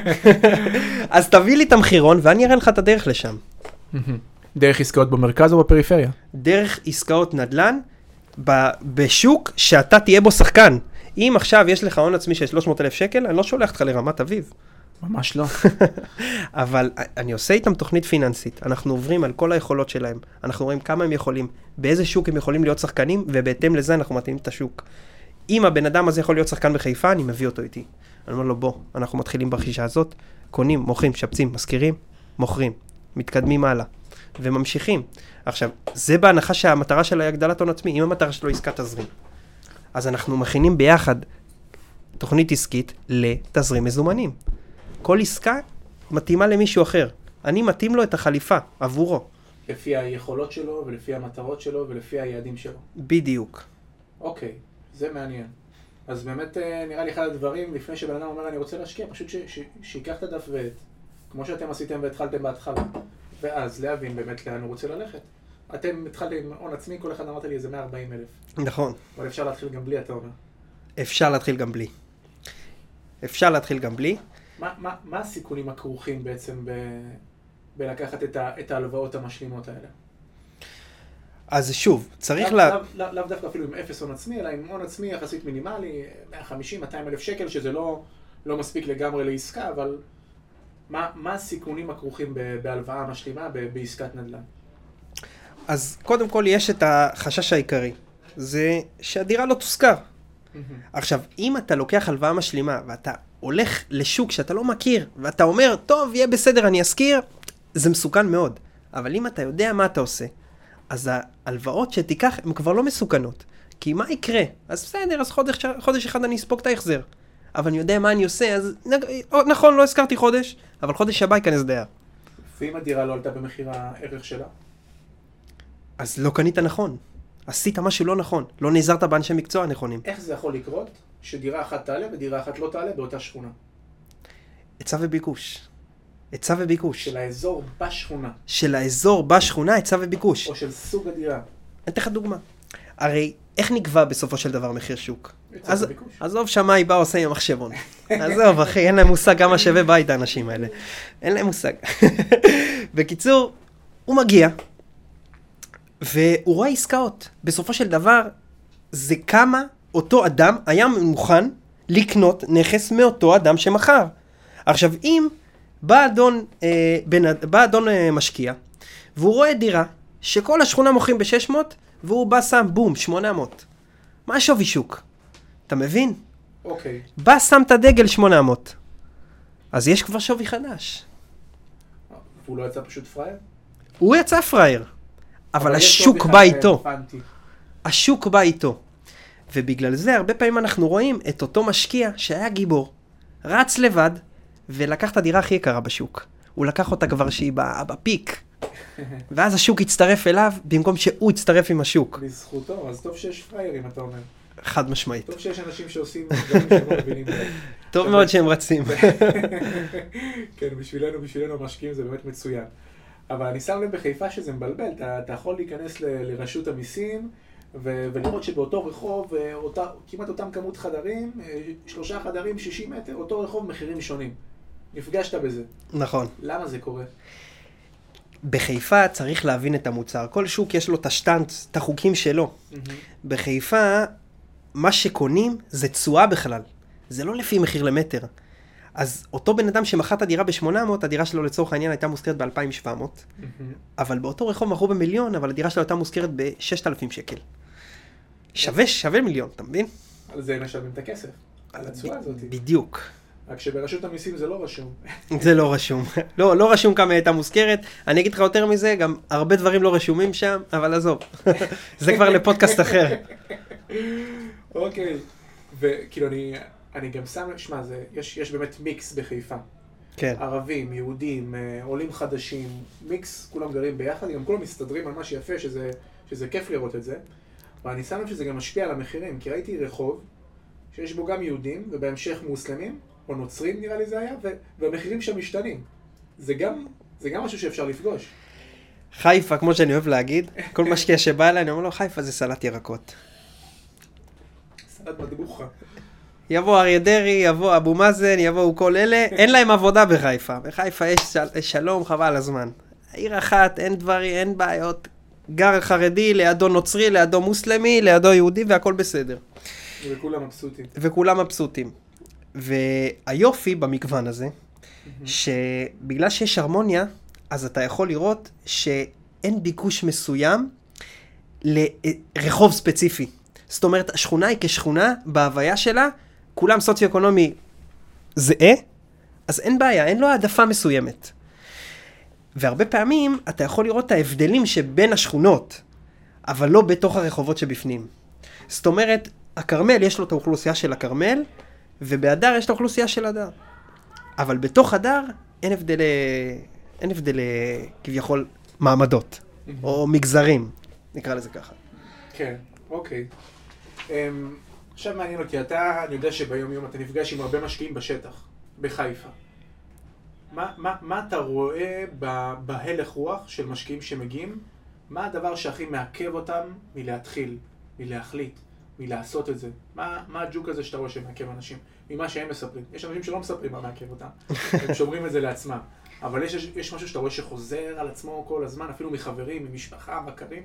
אז תביא לי את המחירון, ואני אראה לך את הדרך לשם. דרך עסקאות במרכז או בפריפריה? דרך עסקאות נדל"ן, ב- בשוק שאתה תהיה בו שחקן. אם עכשיו יש לך הון עצמי של שלוש מאות אלף שקל, אני לא שולח אותך לרמת אביב. ממש לא. אבל אני עושה איתם תוכנית פיננסית. אנחנו עוברים על כל היכולות שלהם. אנחנו רואים כמה הם יכולים, באיזה שוק הם יכולים להיות שחקנים, ובהתאם לזה אנחנו מתאימים את השוק. אם הבן אדם הזה יכול להיות שחקן בחיפה, אני מביא אותו איתי. אני אומר לו, בוא, אנחנו מתחילים ברכישה הזאת, קונים, מוכרים, שפצים, מזכירים, מוכרים, מתקדמים הלאה, וממשיכים. עכשיו, זה בהנחה שהמטרה שלה היא הגדלת הון עצמי, אם המטרה שלו היא עסקת תזרים. אז אנחנו מכינים ביחד תוכנית עסקית לתזרים מזומנים. כל עסקה מתאימה למישהו אחר. אני מתאים לו את החליפה עבורו. לפי היכולות שלו ולפי המטרות שלו ולפי היעדים שלו. בדיוק. אוקיי, זה מעניין. אז באמת נראה לי אחד הדברים, לפני שבן אדם אומר אני רוצה להשקיע, פשוט ש- ש- שיקח את הדף ועט, כמו שאתם עשיתם והתחלתם בהתחלה, ואז להבין באמת לאן הוא רוצה ללכת. אתם התחלתם עם הון עצמי, כל אחד אמרת לי איזה מאה וארבעים אלף. נכון. אבל אפשר להתחיל גם בלי, אתה אומר. אפשר להתחיל גם בלי. אפשר להתחיל גם בלי. מה, מה, מה הסיכונים הכרוכים בעצם ב, בלקחת את, ה, את ההלוואות המשלימות האלה? אז שוב, צריך לאו, לה... לאו, לאו, לאו דווקא אפילו עם אפס הון עצמי, אלא עם הון עצמי יחסית מינימלי, מאה וחמישים עד מאתיים אלף שקל, שזה לא, לא מספיק לגמרי לעסקה, אבל מה, מה הסיכונים הכרוכים ב, בהלוואה משלימה ב, בעסקת נדל"ן? אז קודם כל יש את החשש העיקרי, זה שהדירה לא תושכר. עכשיו, אם אתה לוקח הלוואה משלימה ואתה הולך לשוק שאתה לא מכיר, ואתה אומר, טוב, יהיה בסדר, אני אזכיר, זה מסוכן מאוד. אבל אם אתה יודע מה אתה עושה, אז ההלוואות שתיקח הן כבר לא מסוכנות. כי מה יקרה? אז בסדר, אז חודש, חודש אחד אני אספוג את ההחזר. אבל אני יודע מה אני עושה, אז נכון, לא הזכרתי חודש, אבל חודש הבא ייכנס דייר. ואם הדירה לא עלתה במחיר הערך שלה? אז לא קנית נכון. עשית משהו לא נכון. לא נעזרת באנשי מקצוע הנכונים. איך זה יכול לקרות שדירה אחת תעלה ודירה אחת לא תעלה באותה שכונה? היצע וביקוש. היצע וביקוש. של האזור בשכונה. של האזור בשכונה, היצע וביקוש. או של סוג הדירה. אני אתן לך דוגמה. הרי איך נקבע בסופו של דבר מחיר שוק? היצע וביקוש. עזוב שמאי בא עושה עם המחשבון. עזוב אחי, אין להם מושג כמה שווה בית האנשים האלה. אין להם מושג. בקיצור, הוא מגיע, והוא רואה עסקאות. בסופו של דבר, זה כמה אותו אדם היה מוכן לקנות נכס מאותו אדם שמכר. עכשיו, אם בא אדון, אה, בן, בא אדון אה, משקיע, והוא רואה דירה שכל השכונה מוכרים ב-שש מאות, והוא בא שם בום, שמונה מאות. מה שווי שוק? אתה מבין? אוקיי. בא שם את הדגל שמונה מאות. אז יש כבר שווי חדש. והוא לא יצא פשוט פרייר? הוא יצא פרייר. אבל השוק בא איתו. השוק בא איתו. ובגלל זה הרבה פעמים אנחנו רואים את אותו משקיע שהיה גיבור, רץ לבד, ולקח את הדירה הכי יקרה בשוק. הוא לקח אותה כבר שהיא בפיק. ואז השוק הצטרף אליו, במקום שהוא יצטרף עם השוק. בזכותו, אז טוב שיש פריירים, אתה אומר. חד משמעית. טוב שיש אנשים שעושים דברים שהם לא מבינים. טוב מאוד שהם רצים. כן, בשבילנו, בשבילנו המשקיעים זה באמת מצוין. אבל אני שם לב בחיפה שזה מבלבל, אתה, אתה יכול להיכנס ל, לרשות המיסים, ו, ולראות שבאותו רחוב, אותה, כמעט אותם כמות חדרים, שלושה חדרים, שישים מטר, אותו רחוב מחירים שונים. נפגשת בזה. נכון. למה זה קורה? בחיפה צריך להבין את המוצר. כל שוק יש לו את השטנץ, את החוקים שלו. Mm-hmm. בחיפה, מה שקונים זה תשואה בכלל. זה לא לפי מחיר למטר. אז אותו בן אדם שמכר את הדירה ב-שמונה מאות, הדירה שלו לצורך העניין הייתה מוזכרת ב-אלפיים ושבע מאות. Mm-hmm. אבל באותו רחוב מכרו במיליון, אבל הדירה שלו הייתה מוזכרת ב-ששת אלפים שקל. שווה, שווה מיליון, אתה מבין? על זה משלמים את הכסף, על התשואה הזאת. בדיוק. רק שברשות המיסים זה לא רשום. זה לא רשום. לא, לא רשום כמה הייתה מוזכרת. אני אגיד לך יותר מזה, גם הרבה דברים לא רשומים שם, אבל עזוב. זה כבר לפודקאסט אחר. אוקיי. וכאילו אני, אני גם שם, שמה, זה, יש, יש באמת מיקס בחיפה. כן. ערבים, יהודים, עולים חדשים, מיקס, כולם גרים ביחד, גם כולם מסתדרים על מה שיפה, שזה, שזה כיף לראות את זה. ואני שם לב שזה גם משפיע על המחירים, כי ראיתי רחוב שיש בו גם יהודים, ובהמשך מוסלמים, או נוצרים נראה לי זה היה, והמחירים שם משתנים. זה גם, זה גם משהו שאפשר לפגוש. חיפה, כמו שאני אוהב להגיד, כל משקיע שבא אליי, אני אומר לו, חיפה זה סלט ירקות. סלט מטבוחה. יבוא אריה דרעי, יבוא אבו מאזן, יבואו כל אלה, אין להם עבודה בחיפה. בחיפה יש של, שלום, חבל הזמן. עיר אחת, אין דברים, אין בעיות. גר חרדי, לידו נוצרי, לידו מוסלמי, לידו יהודי, והכל בסדר. וכולם מבסוטים. וכולם מבסוטים. והיופי במגוון הזה, שבגלל שיש הרמוניה, אז אתה יכול לראות שאין ביקוש מסוים לרחוב ספציפי. זאת אומרת, השכונה היא כשכונה, בהוויה שלה, כולם סוציו-אקונומי זהה, אז אין בעיה, אין לו העדפה מסוימת. והרבה פעמים אתה יכול לראות את ההבדלים שבין השכונות, אבל לא בתוך הרחובות שבפנים. זאת אומרת, הכרמל יש לו את האוכלוסייה של הכרמל, ובהדר יש את האוכלוסייה של הדר. אבל בתוך הדר אין הבדל, אין הבדל כביכול מעמדות, mm-hmm. או מגזרים, נקרא לזה ככה. כן, אוקיי. Um, עכשיו מעניין אותי, אתה, אני יודע שביום יום אתה נפגש עם הרבה משקיעים בשטח, בחיפה. מה, מה, מה אתה רואה בהלך רוח של משקיעים שמגיעים? מה הדבר שהכי מעכב אותם מלהתחיל, מלהחליט, מלעשות את זה? מה, מה הג'וק הזה שאתה רואה שמעכב אנשים? ממה שהם מספרים. יש אנשים שלא מספרים מה מעכב אותם. הם שומרים את זה לעצמם. אבל יש, יש משהו שאתה רואה שחוזר על עצמו כל הזמן, אפילו מחברים, ממשפחה, מכרים?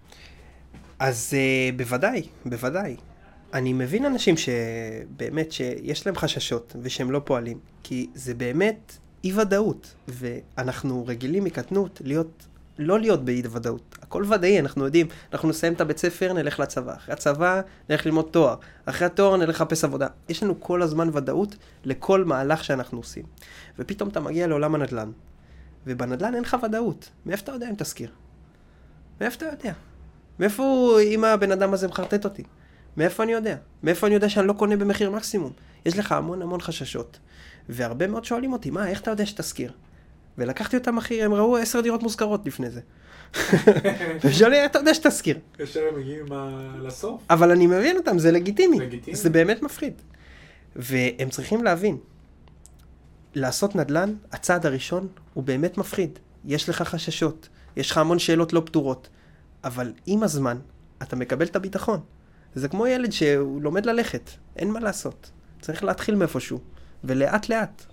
אז uh, בוודאי, בוודאי. אני מבין אנשים שבאמת שיש להם חששות ושהם לא פועלים. כי זה באמת אי ודאות. ואנחנו רגילים מקטנות להיות... לא להיות באי ודאות. הכל ודאי, אנחנו יודעים, אנחנו נסיים את הבית ספר, נלך לצבא. אחרי הצבא, נלך ללמוד תואר. אחרי התואר, נלך לחפש עבודה. יש לנו כל הזמן ודאות לכל מהלך שאנחנו עושים. ופתאום אתה מגיע לעולם הנדל"ן. ובנדל"ן אין לך ודאות. מאיפה אתה יודע אם תזכיר? מאיפה אתה יודע? מאיפה אם הבן אדם הזה מחרטט אותי? מאיפה אני יודע? מאיפה אני יודע שאני לא קונה במחיר מקסימום? יש לך המון המון חששות. והרבה מאוד שואלים אותי, מה, איך אתה יודע שתזכיר? ולקחתי אותם, אחי, הם ראו עשר דירות מוזכרות לפני זה. ושואלים, אתה יודע שתזכיר. כאשר הם מגיעים לסוף. אבל אני מבין אותם, זה לגיטימי. לגיטימי. זה באמת מפחיד. והם צריכים להבין, לעשות נדל"ן, הצעד הראשון הוא באמת מפחיד. יש לך חששות, יש לך המון שאלות לא פתורות, אבל עם הזמן אתה מקבל את הביטחון. זה כמו ילד שהוא לומד ללכת, אין מה לעשות. צריך להתחיל מאיפשהו, ולאט לאט.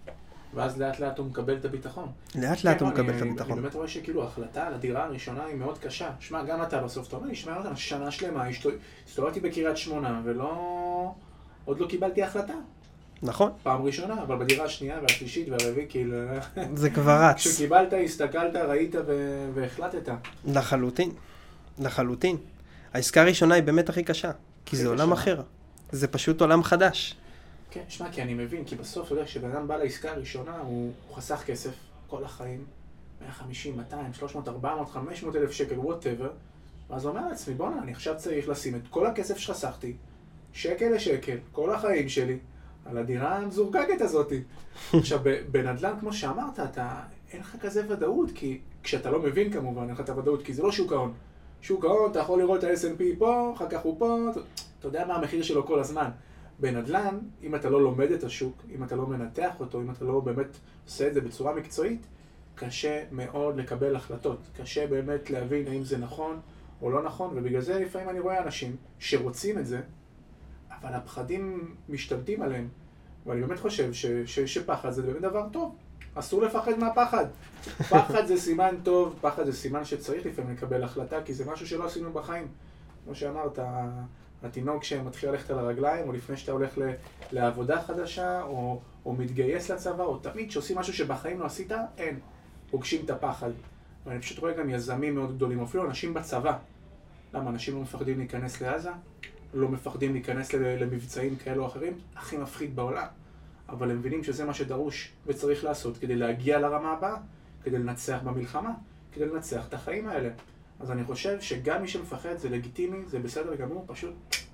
ואז לאט לאט הוא מקבל את הביטחון. לאט לאט הוא מקבל את הביטחון. אני באמת רואה שכאילו ההחלטה על הדירה הראשונה היא מאוד קשה. שמע, גם אתה בסוף, אתה אומר לי, שמע, שנה שלמה, הסתובבתי בקריית שמונה, ולא... עוד לא קיבלתי החלטה. נכון. פעם ראשונה, אבל בדירה השנייה והשלישית והרביעית, כאילו... זה כבר רץ. כשקיבלת, הסתכלת, ראית והחלטת. לחלוטין. לחלוטין. העסקה הראשונה היא באמת הכי קשה, כי זה עולם אחר. זה פשוט עולם חדש. כן, שמע, כי אני מבין, כי בסוף, אתה יודע, כשבן אדם בא לעסקה הראשונה, הוא חסך כסף כל החיים, מאה וחמישים, מאתיים, שלוש מאות, ארבע מאות, חמש מאות אלף שקל, whatever, ואז הוא אומר לעצמי, בוא'נה, אני עכשיו צריך לשים את כל הכסף שחסכתי, שקל לשקל, כל החיים שלי, על הדירה המזורגגת הזאת. עכשיו, בנדל"ן, כמו שאמרת, אתה, אין לך כזה ודאות, כי כשאתה לא מבין כמובן, אין לך את הוודאות, כי זה לא שוק ההון. שוק ההון, אתה יכול לראות את ה-אס אנד פי פה, אחר כך הוא פה, אתה יודע מה המחיר שלו כל הזמן. בנדל"ן, אם אתה לא לומד את השוק, אם אתה לא מנתח אותו, אם אתה לא באמת עושה את זה בצורה מקצועית, קשה מאוד לקבל החלטות. קשה באמת להבין האם זה נכון או לא נכון, ובגלל זה לפעמים אני רואה אנשים שרוצים את זה, אבל הפחדים משתלטים עליהם. ואני באמת חושב ש- ש- שפחד זה באמת דבר טוב. אסור לפחד מהפחד. פחד זה סימן טוב, פחד זה סימן שצריך לפעמים לקבל החלטה, כי זה משהו שלא עשינו בחיים. כמו שאמרת, התינוק שמתחיל ללכת על הרגליים, או לפני שאתה הולך ל- לעבודה חדשה, או, או מתגייס לצבא, או תמיד שעושים משהו שבחיים לא עשית, אין. פוגשים את הפחד. ואני פשוט רואה גם יזמים מאוד גדולים, אפילו אנשים בצבא. למה? אנשים לא מפחדים להיכנס לעזה, לא מפחדים להיכנס למבצעים כאלו או אחרים, הכי מפחיד בעולם. אבל הם מבינים שזה מה שדרוש וצריך לעשות כדי להגיע לרמה הבאה, כדי לנצח במלחמה, כדי לנצח את החיים האלה. אז אני חושב שגם מי שמפחד זה לגיטימי, זה בסדר גמור, פשוט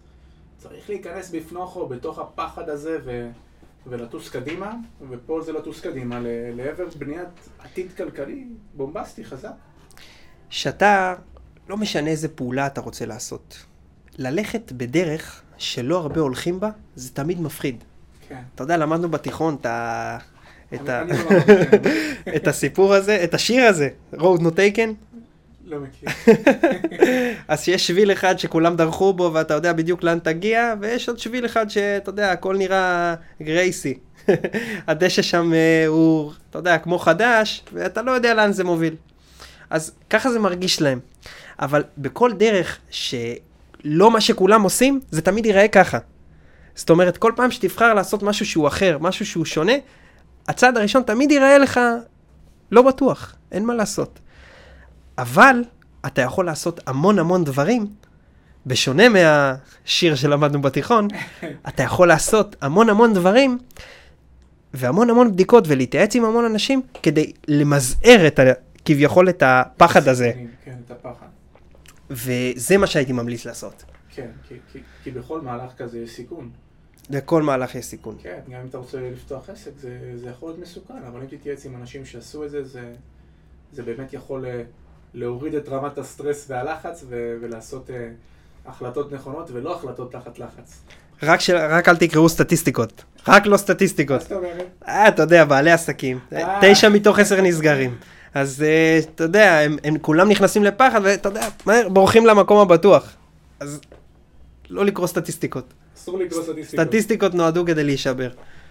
צריך להיכנס בפנוחו בתוך הפחד הזה ו... ולטוס קדימה, ופה זה לטוס קדימה לעבר בניית עתיד כלכלי בומבסטי, חזק. שאתה לא משנה איזה פעולה אתה רוצה לעשות. ללכת בדרך שלא הרבה הולכים בה, זה תמיד מפחיד. כן. אתה יודע, למדנו בתיכון את ה... את ה... אני לא מכיר. את הסיפור הזה, את השיר הזה, Road Not Taken. לא מכיר. אז שיש שביל אחד שכולם דרכו בו ואתה יודע בדיוק לאן תגיע, ויש עוד שביל אחד שאתה יודע, הכל נראה גרייסי. הדשא שם הוא, אתה יודע, כמו חדש, ואתה לא יודע לאן זה מוביל. אז ככה זה מרגיש להם. אבל בכל דרך שלא מה שכולם עושים, זה תמיד ייראה ככה. זאת אומרת, כל פעם שתבחר לעשות משהו שהוא אחר, משהו שהוא שונה, הצעד הראשון תמיד ייראה לך לא בטוח, אין מה לעשות. אבל אתה יכול לעשות המון המון דברים, בשונה מהשיר שלמדנו בתיכון, אתה יכול לעשות המון המון דברים, והמון המון בדיקות, ולהתייעץ עם המון אנשים, כדי למזער את ה... כביכול את הפחד הזה. כן, את הפחד. וזה מה שהייתי ממליץ לעשות. כן, כי, כי, כי בכל מהלך כזה יש סיכון. לכל מהלך יש סיכון. כן, גם אם אתה רוצה לפתוח עסק, זה, זה יכול להיות מסוכן, אבל אם תתייעץ עם אנשים שעשו את זה, זה, זה באמת יכול להוריד את רמת הסטרס והלחץ, ו, ולעשות uh, החלטות נכונות, ולא החלטות תחת לחץ. רק, של, רק אל תקראו סטטיסטיקות. רק לא סטטיסטיקות. מה זאת אומרת? אה, אתה יודע, בעלי עסקים. תשע מתוך עשר נסגרים. אז uh, אתה יודע, הם, הם כולם נכנסים לפחד, ואתה יודע, מהר, בורחים למקום הבטוח. אז לא לקרוא סטטיסטיקות. אסור לקרוא סטטיסטיקות. סטטיסטיקות נועדו כדי להישבר.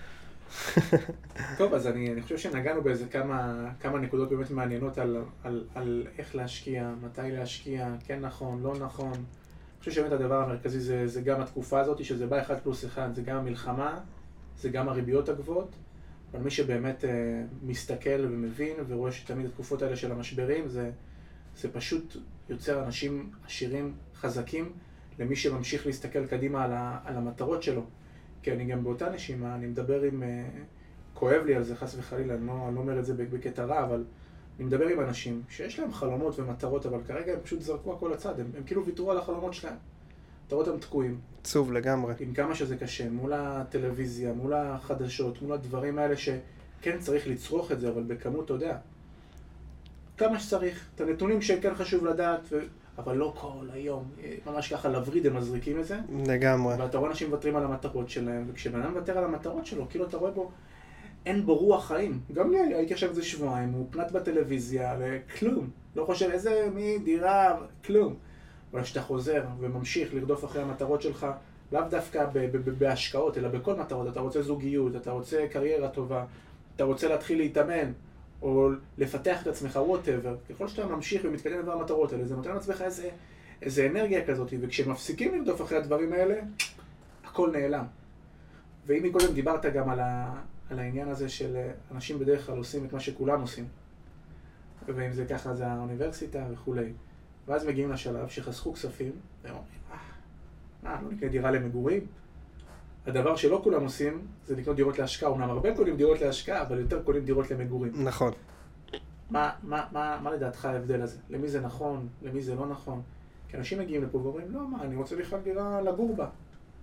טוב, אז אני, אני חושב שנגענו באיזה כמה, כמה נקודות באמת מעניינות על, על, על איך להשקיע, מתי להשקיע, כן נכון, לא נכון. אני חושב שבאמת הדבר המרכזי זה, זה גם התקופה הזאת, שזה בא אחד פלוס אחד, זה גם המלחמה, זה גם הריביות הגבוהות, אבל מי שבאמת אה, מסתכל ומבין ורואה שתמיד התקופות האלה של המשברים, זה, זה פשוט יוצר אנשים עשירים חזקים, למי שממשיך להסתכל קדימה על, ה, על המטרות שלו. כי אני גם באותה נשימה, אני מדבר עם, uh, כואב לי על זה חס וחלילה, אני לא, אני לא אומר את זה בקטע רע, אבל אני מדבר עם אנשים שיש להם חלומות ומטרות, אבל כרגע הם פשוט זרקו הכל לצד, הם, הם כאילו ויתרו על החלומות שלהם. אתה רואה אותם תקועים. עצוב לגמרי. עם כמה שזה קשה, מול הטלוויזיה, מול החדשות, מול הדברים האלה שכן צריך לצרוך את זה, אבל בכמות, אתה יודע, כמה שצריך. את הנתונים שכן חשוב לדעת, ו... אבל לא כל היום, ממש ככה לווריד הם מזריקים את זה. לגמרי. ואתה רואה אנשים מוותרים על המטרות שלהם, וכשבן אדם מוותר על המטרות שלו, כאילו אתה רואה בו, אין בו רוח חיים. גם לי, הייתי עכשיו איזה שבועיים, הוא פנט בטלוויזיה, וכלום. לא חושב איזה מי דירה, כלום. אבל כשאתה חוזר וממשיך לרדוף אחרי המטרות שלך, לאו דווקא בהשקעות, אלא בכל מטרות. אתה רוצה זוגיות, אתה רוצה קריירה טובה, אתה רוצה להתחיל להתאמן, או לפתח את עצמך, whatever. ככל שאתה ממשיך ומתקדם לדבר המטרות האלה, זה נותן לעצמך איזה, איזה אנרגיה כזאת, וכשמפסיקים לרדוף אחרי הדברים האלה, הכל נעלם. ואם מקודם דיברת גם על, ה, על העניין הזה של אנשים בדרך כלל עושים את מה שכולם עושים, ואם זה ככה זה האוניברסיטה וכולי. ואז מגיעים לשלב שחסכו כספים, והם אומרים, אה, מה, לא נקנה דירה למגורים? הדבר שלא כולם עושים זה לקנות דירות להשקעה. אומנם הרבה קונים דירות להשקעה, אבל יותר קונים דירות למגורים. נכון. מה, מה, מה, מה לדעתך ההבדל הזה? למי זה נכון? למי זה לא נכון? כי אנשים מגיעים לפה ואומרים, לא, מה, אני רוצה בכלל דירה לגור בה.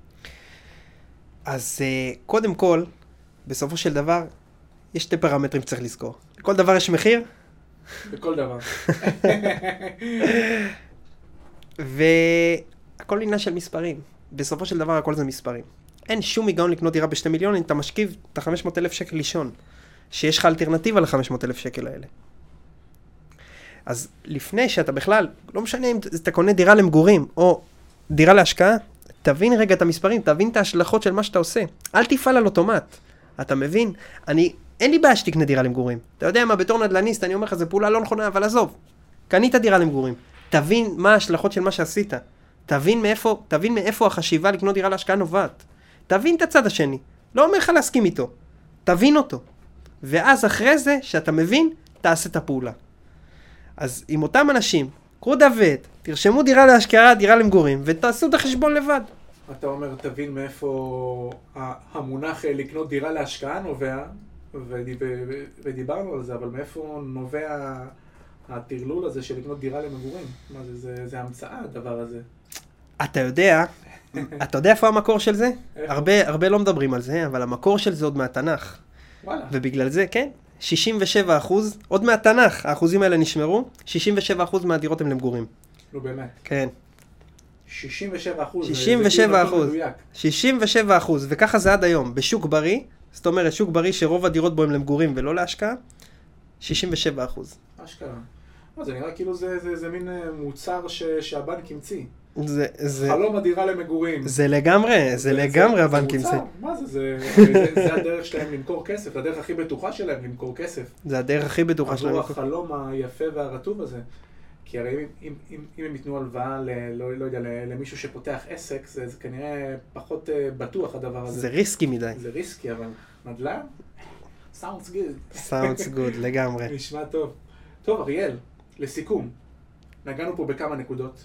אז uh, קודם כל, בסופו של דבר, יש שתי פרמטרים שצריך לזכור. לכל דבר יש מחיר. בכל דבר. והכל עניין של מספרים. בסופו של דבר הכל זה מספרים. אין שום היגיון לקנות דירה בשתי מיליון, אם אתה משכיב את ה-חמש מאות אלף שקל לישון, שיש לך אלטרנטיבה ל-חמש מאות אלף שקל האלה. אז לפני שאתה בכלל, לא משנה אם אתה קונה דירה למגורים או דירה להשקעה, תבין רגע את המספרים, תבין את ההשלכות של מה שאתה עושה. אל תפעל על אוטומט. אתה מבין? אני, אין לי בעיה שתקנה דירה למגורים. אתה יודע מה, בתור נדלניסט, אני אומר לך, זה פעולה לא נכונה, אבל עזוב. קנית דירה למגורים. תבין מה ההשלכות של מה שעשית. תבין מאיפה, תבין מאיפה החשיבה לקנות דירה להשקעה נובעת. תבין את הצד השני. לא אומר לך להסכים איתו. תבין אותו. ואז אחרי זה, שאתה מבין, תעשה את הפעולה. אז עם אותם אנשים, קחו דוות, תרשמו דירה להשקעה, דירה למגורים, ותעשו את החשבון לבד. אתה אומר, תבין מאיפה המונח לקנות דירה להשקעה נובע, ודיברנו על זה, אבל מאיפה נובע התרלול הזה של לקנות דירה למגורים? מה זה, זה, זה המצאה, הדבר הזה. אתה יודע, אתה יודע איפה המקור של זה? הרבה, הרבה לא מדברים על זה, אבל המקור של זה עוד מהתנ"ך. וואלה. ובגלל זה, כן, שישים ושבע אחוז, עוד מהתנ"ך, האחוזים האלה נשמרו, שישים ושבע אחוז מהדירות הם למגורים. לא באמת. כן. שישים ושבע אחוז. שישים ושבע אחוז. שישים ושבע אחוז, וככה זה עד היום. בשוק בריא, זאת אומרת, שוק בריא שרוב הדירות בו הם למגורים ולא להשקעה, שישים ושבע אחוז. אשכרה. זה נראה כאילו זה, זה, זה מין מוצר ש, שהבנק המציא. זה, זה... חלום הדירה למגורים. זה לגמרי, זה, זה לגמרי זה, הבנק המציא. מה זה? זה, זה, זה הדרך שלהם למכור כסף, הדרך הכי בטוחה שלהם למכור כסף. זה הדרך הכי בטוחה שלהם. עבור החלום היפה והרטוב הזה. כי הרי אם, אם, אם, אם הם ייתנו הלוואה ל, לא, לא יודע, למישהו שפותח עסק, זה, זה כנראה פחות uh, בטוח הדבר הזה. זה ריסקי מדי. זה ריסקי, אבל נדל"ן? Sounds good. Sounds good, לגמרי. נשמע טוב. טוב, אריאל, לסיכום, נגענו פה בכמה נקודות,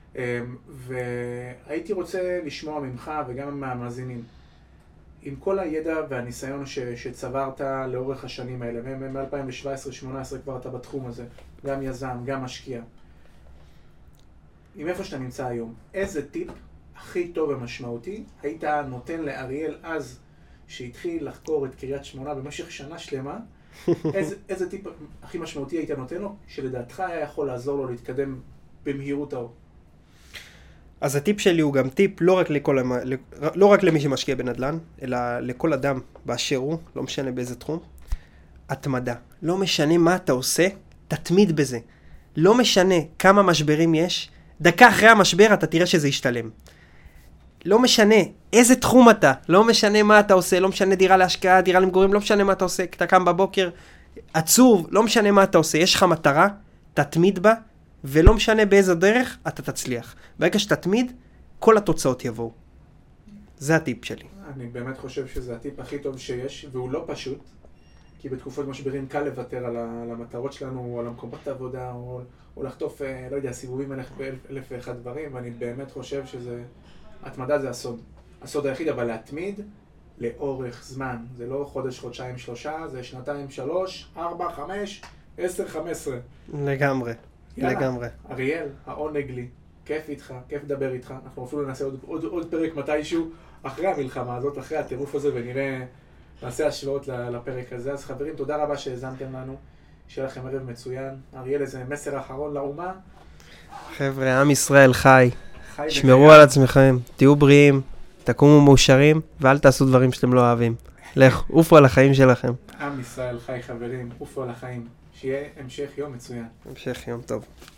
והייתי רוצה לשמוע ממך וגם מהמאזינים, עם כל הידע והניסיון ש, שצברת לאורך השנים האלה, מ-אלפיים שבע עשרה שמונה עשרה כבר אתה בתחום הזה, גם יזם, גם משקיע. עם איפה שאתה נמצא היום, איזה טיפ הכי טוב ומשמעותי היית נותן לאריאל אז, שהתחיל לחקור את קריית שמונה במשך שנה שלמה, איזה, איזה טיפ הכי משמעותי היית נותן לו, שלדעתך היה יכול לעזור לו להתקדם במהירות האור? אז הטיפ שלי הוא גם טיפ לא רק, לכל, לא רק למי שמשקיע בנדל"ן, אלא לכל אדם באשר הוא, לא משנה באיזה תחום. התמדה. לא משנה מה אתה עושה, תתמיד בזה. לא משנה כמה משברים יש, דקה אחרי המשבר אתה תראה שזה ישתלם. לא משנה איזה תחום אתה, לא משנה מה אתה עושה, לא משנה דירה להשקעה, דירה למגורים, לא משנה מה אתה עושה, אתה קם בבוקר, עצוב, לא משנה מה אתה עושה, יש לך מטרה, תתמיד בה, ולא משנה באיזה דרך, אתה תצליח. ברגע שתתמיד, כל התוצאות יבואו. זה הטיפ שלי. אני באמת חושב שזה הטיפ הכי טוב שיש, והוא לא פשוט, כי בתקופות משברים קל לוותר על המטרות שלנו, או על המקומות העבודה, או, או לחטוף, לא יודע, סיבובים אלף אלף ואחד דברים, ואני באמת חושב שזה... התמדה זה הסוד. הסוד היחיד, אבל להתמיד לאורך זמן. זה לא חודש, חודשיים, שלושה, זה שנתיים, שלוש, ארבע, חמש, עשר, חמש עשרה. לגמרי, יאללה, לגמרי. אריאל, העונג לי. כיף איתך, כיף לדבר איתך. אנחנו אפילו נעשה עוד, עוד, עוד פרק מתישהו אחרי המלחמה הזאת, אחרי הטירוף הזה, ונראה, נעשה השוואות לפרק הזה. אז חברים, תודה רבה שהזמתם לנו. שיהיה לכם ערב מצוין. אריאל, איזה מסר אחרון לאומה? חבר'ה, עם ישראל חי. חי שמרו וחיה. על עצמכם, תהיו בריאים, תקומו מאושרים, ואל תעשו דברים שאתם לא אוהבים. לך, עופו על החיים שלכם. עם ישראל חי, חברים, עופו על החיים. שיהיה המשך יום מצוין. המשך יום טוב.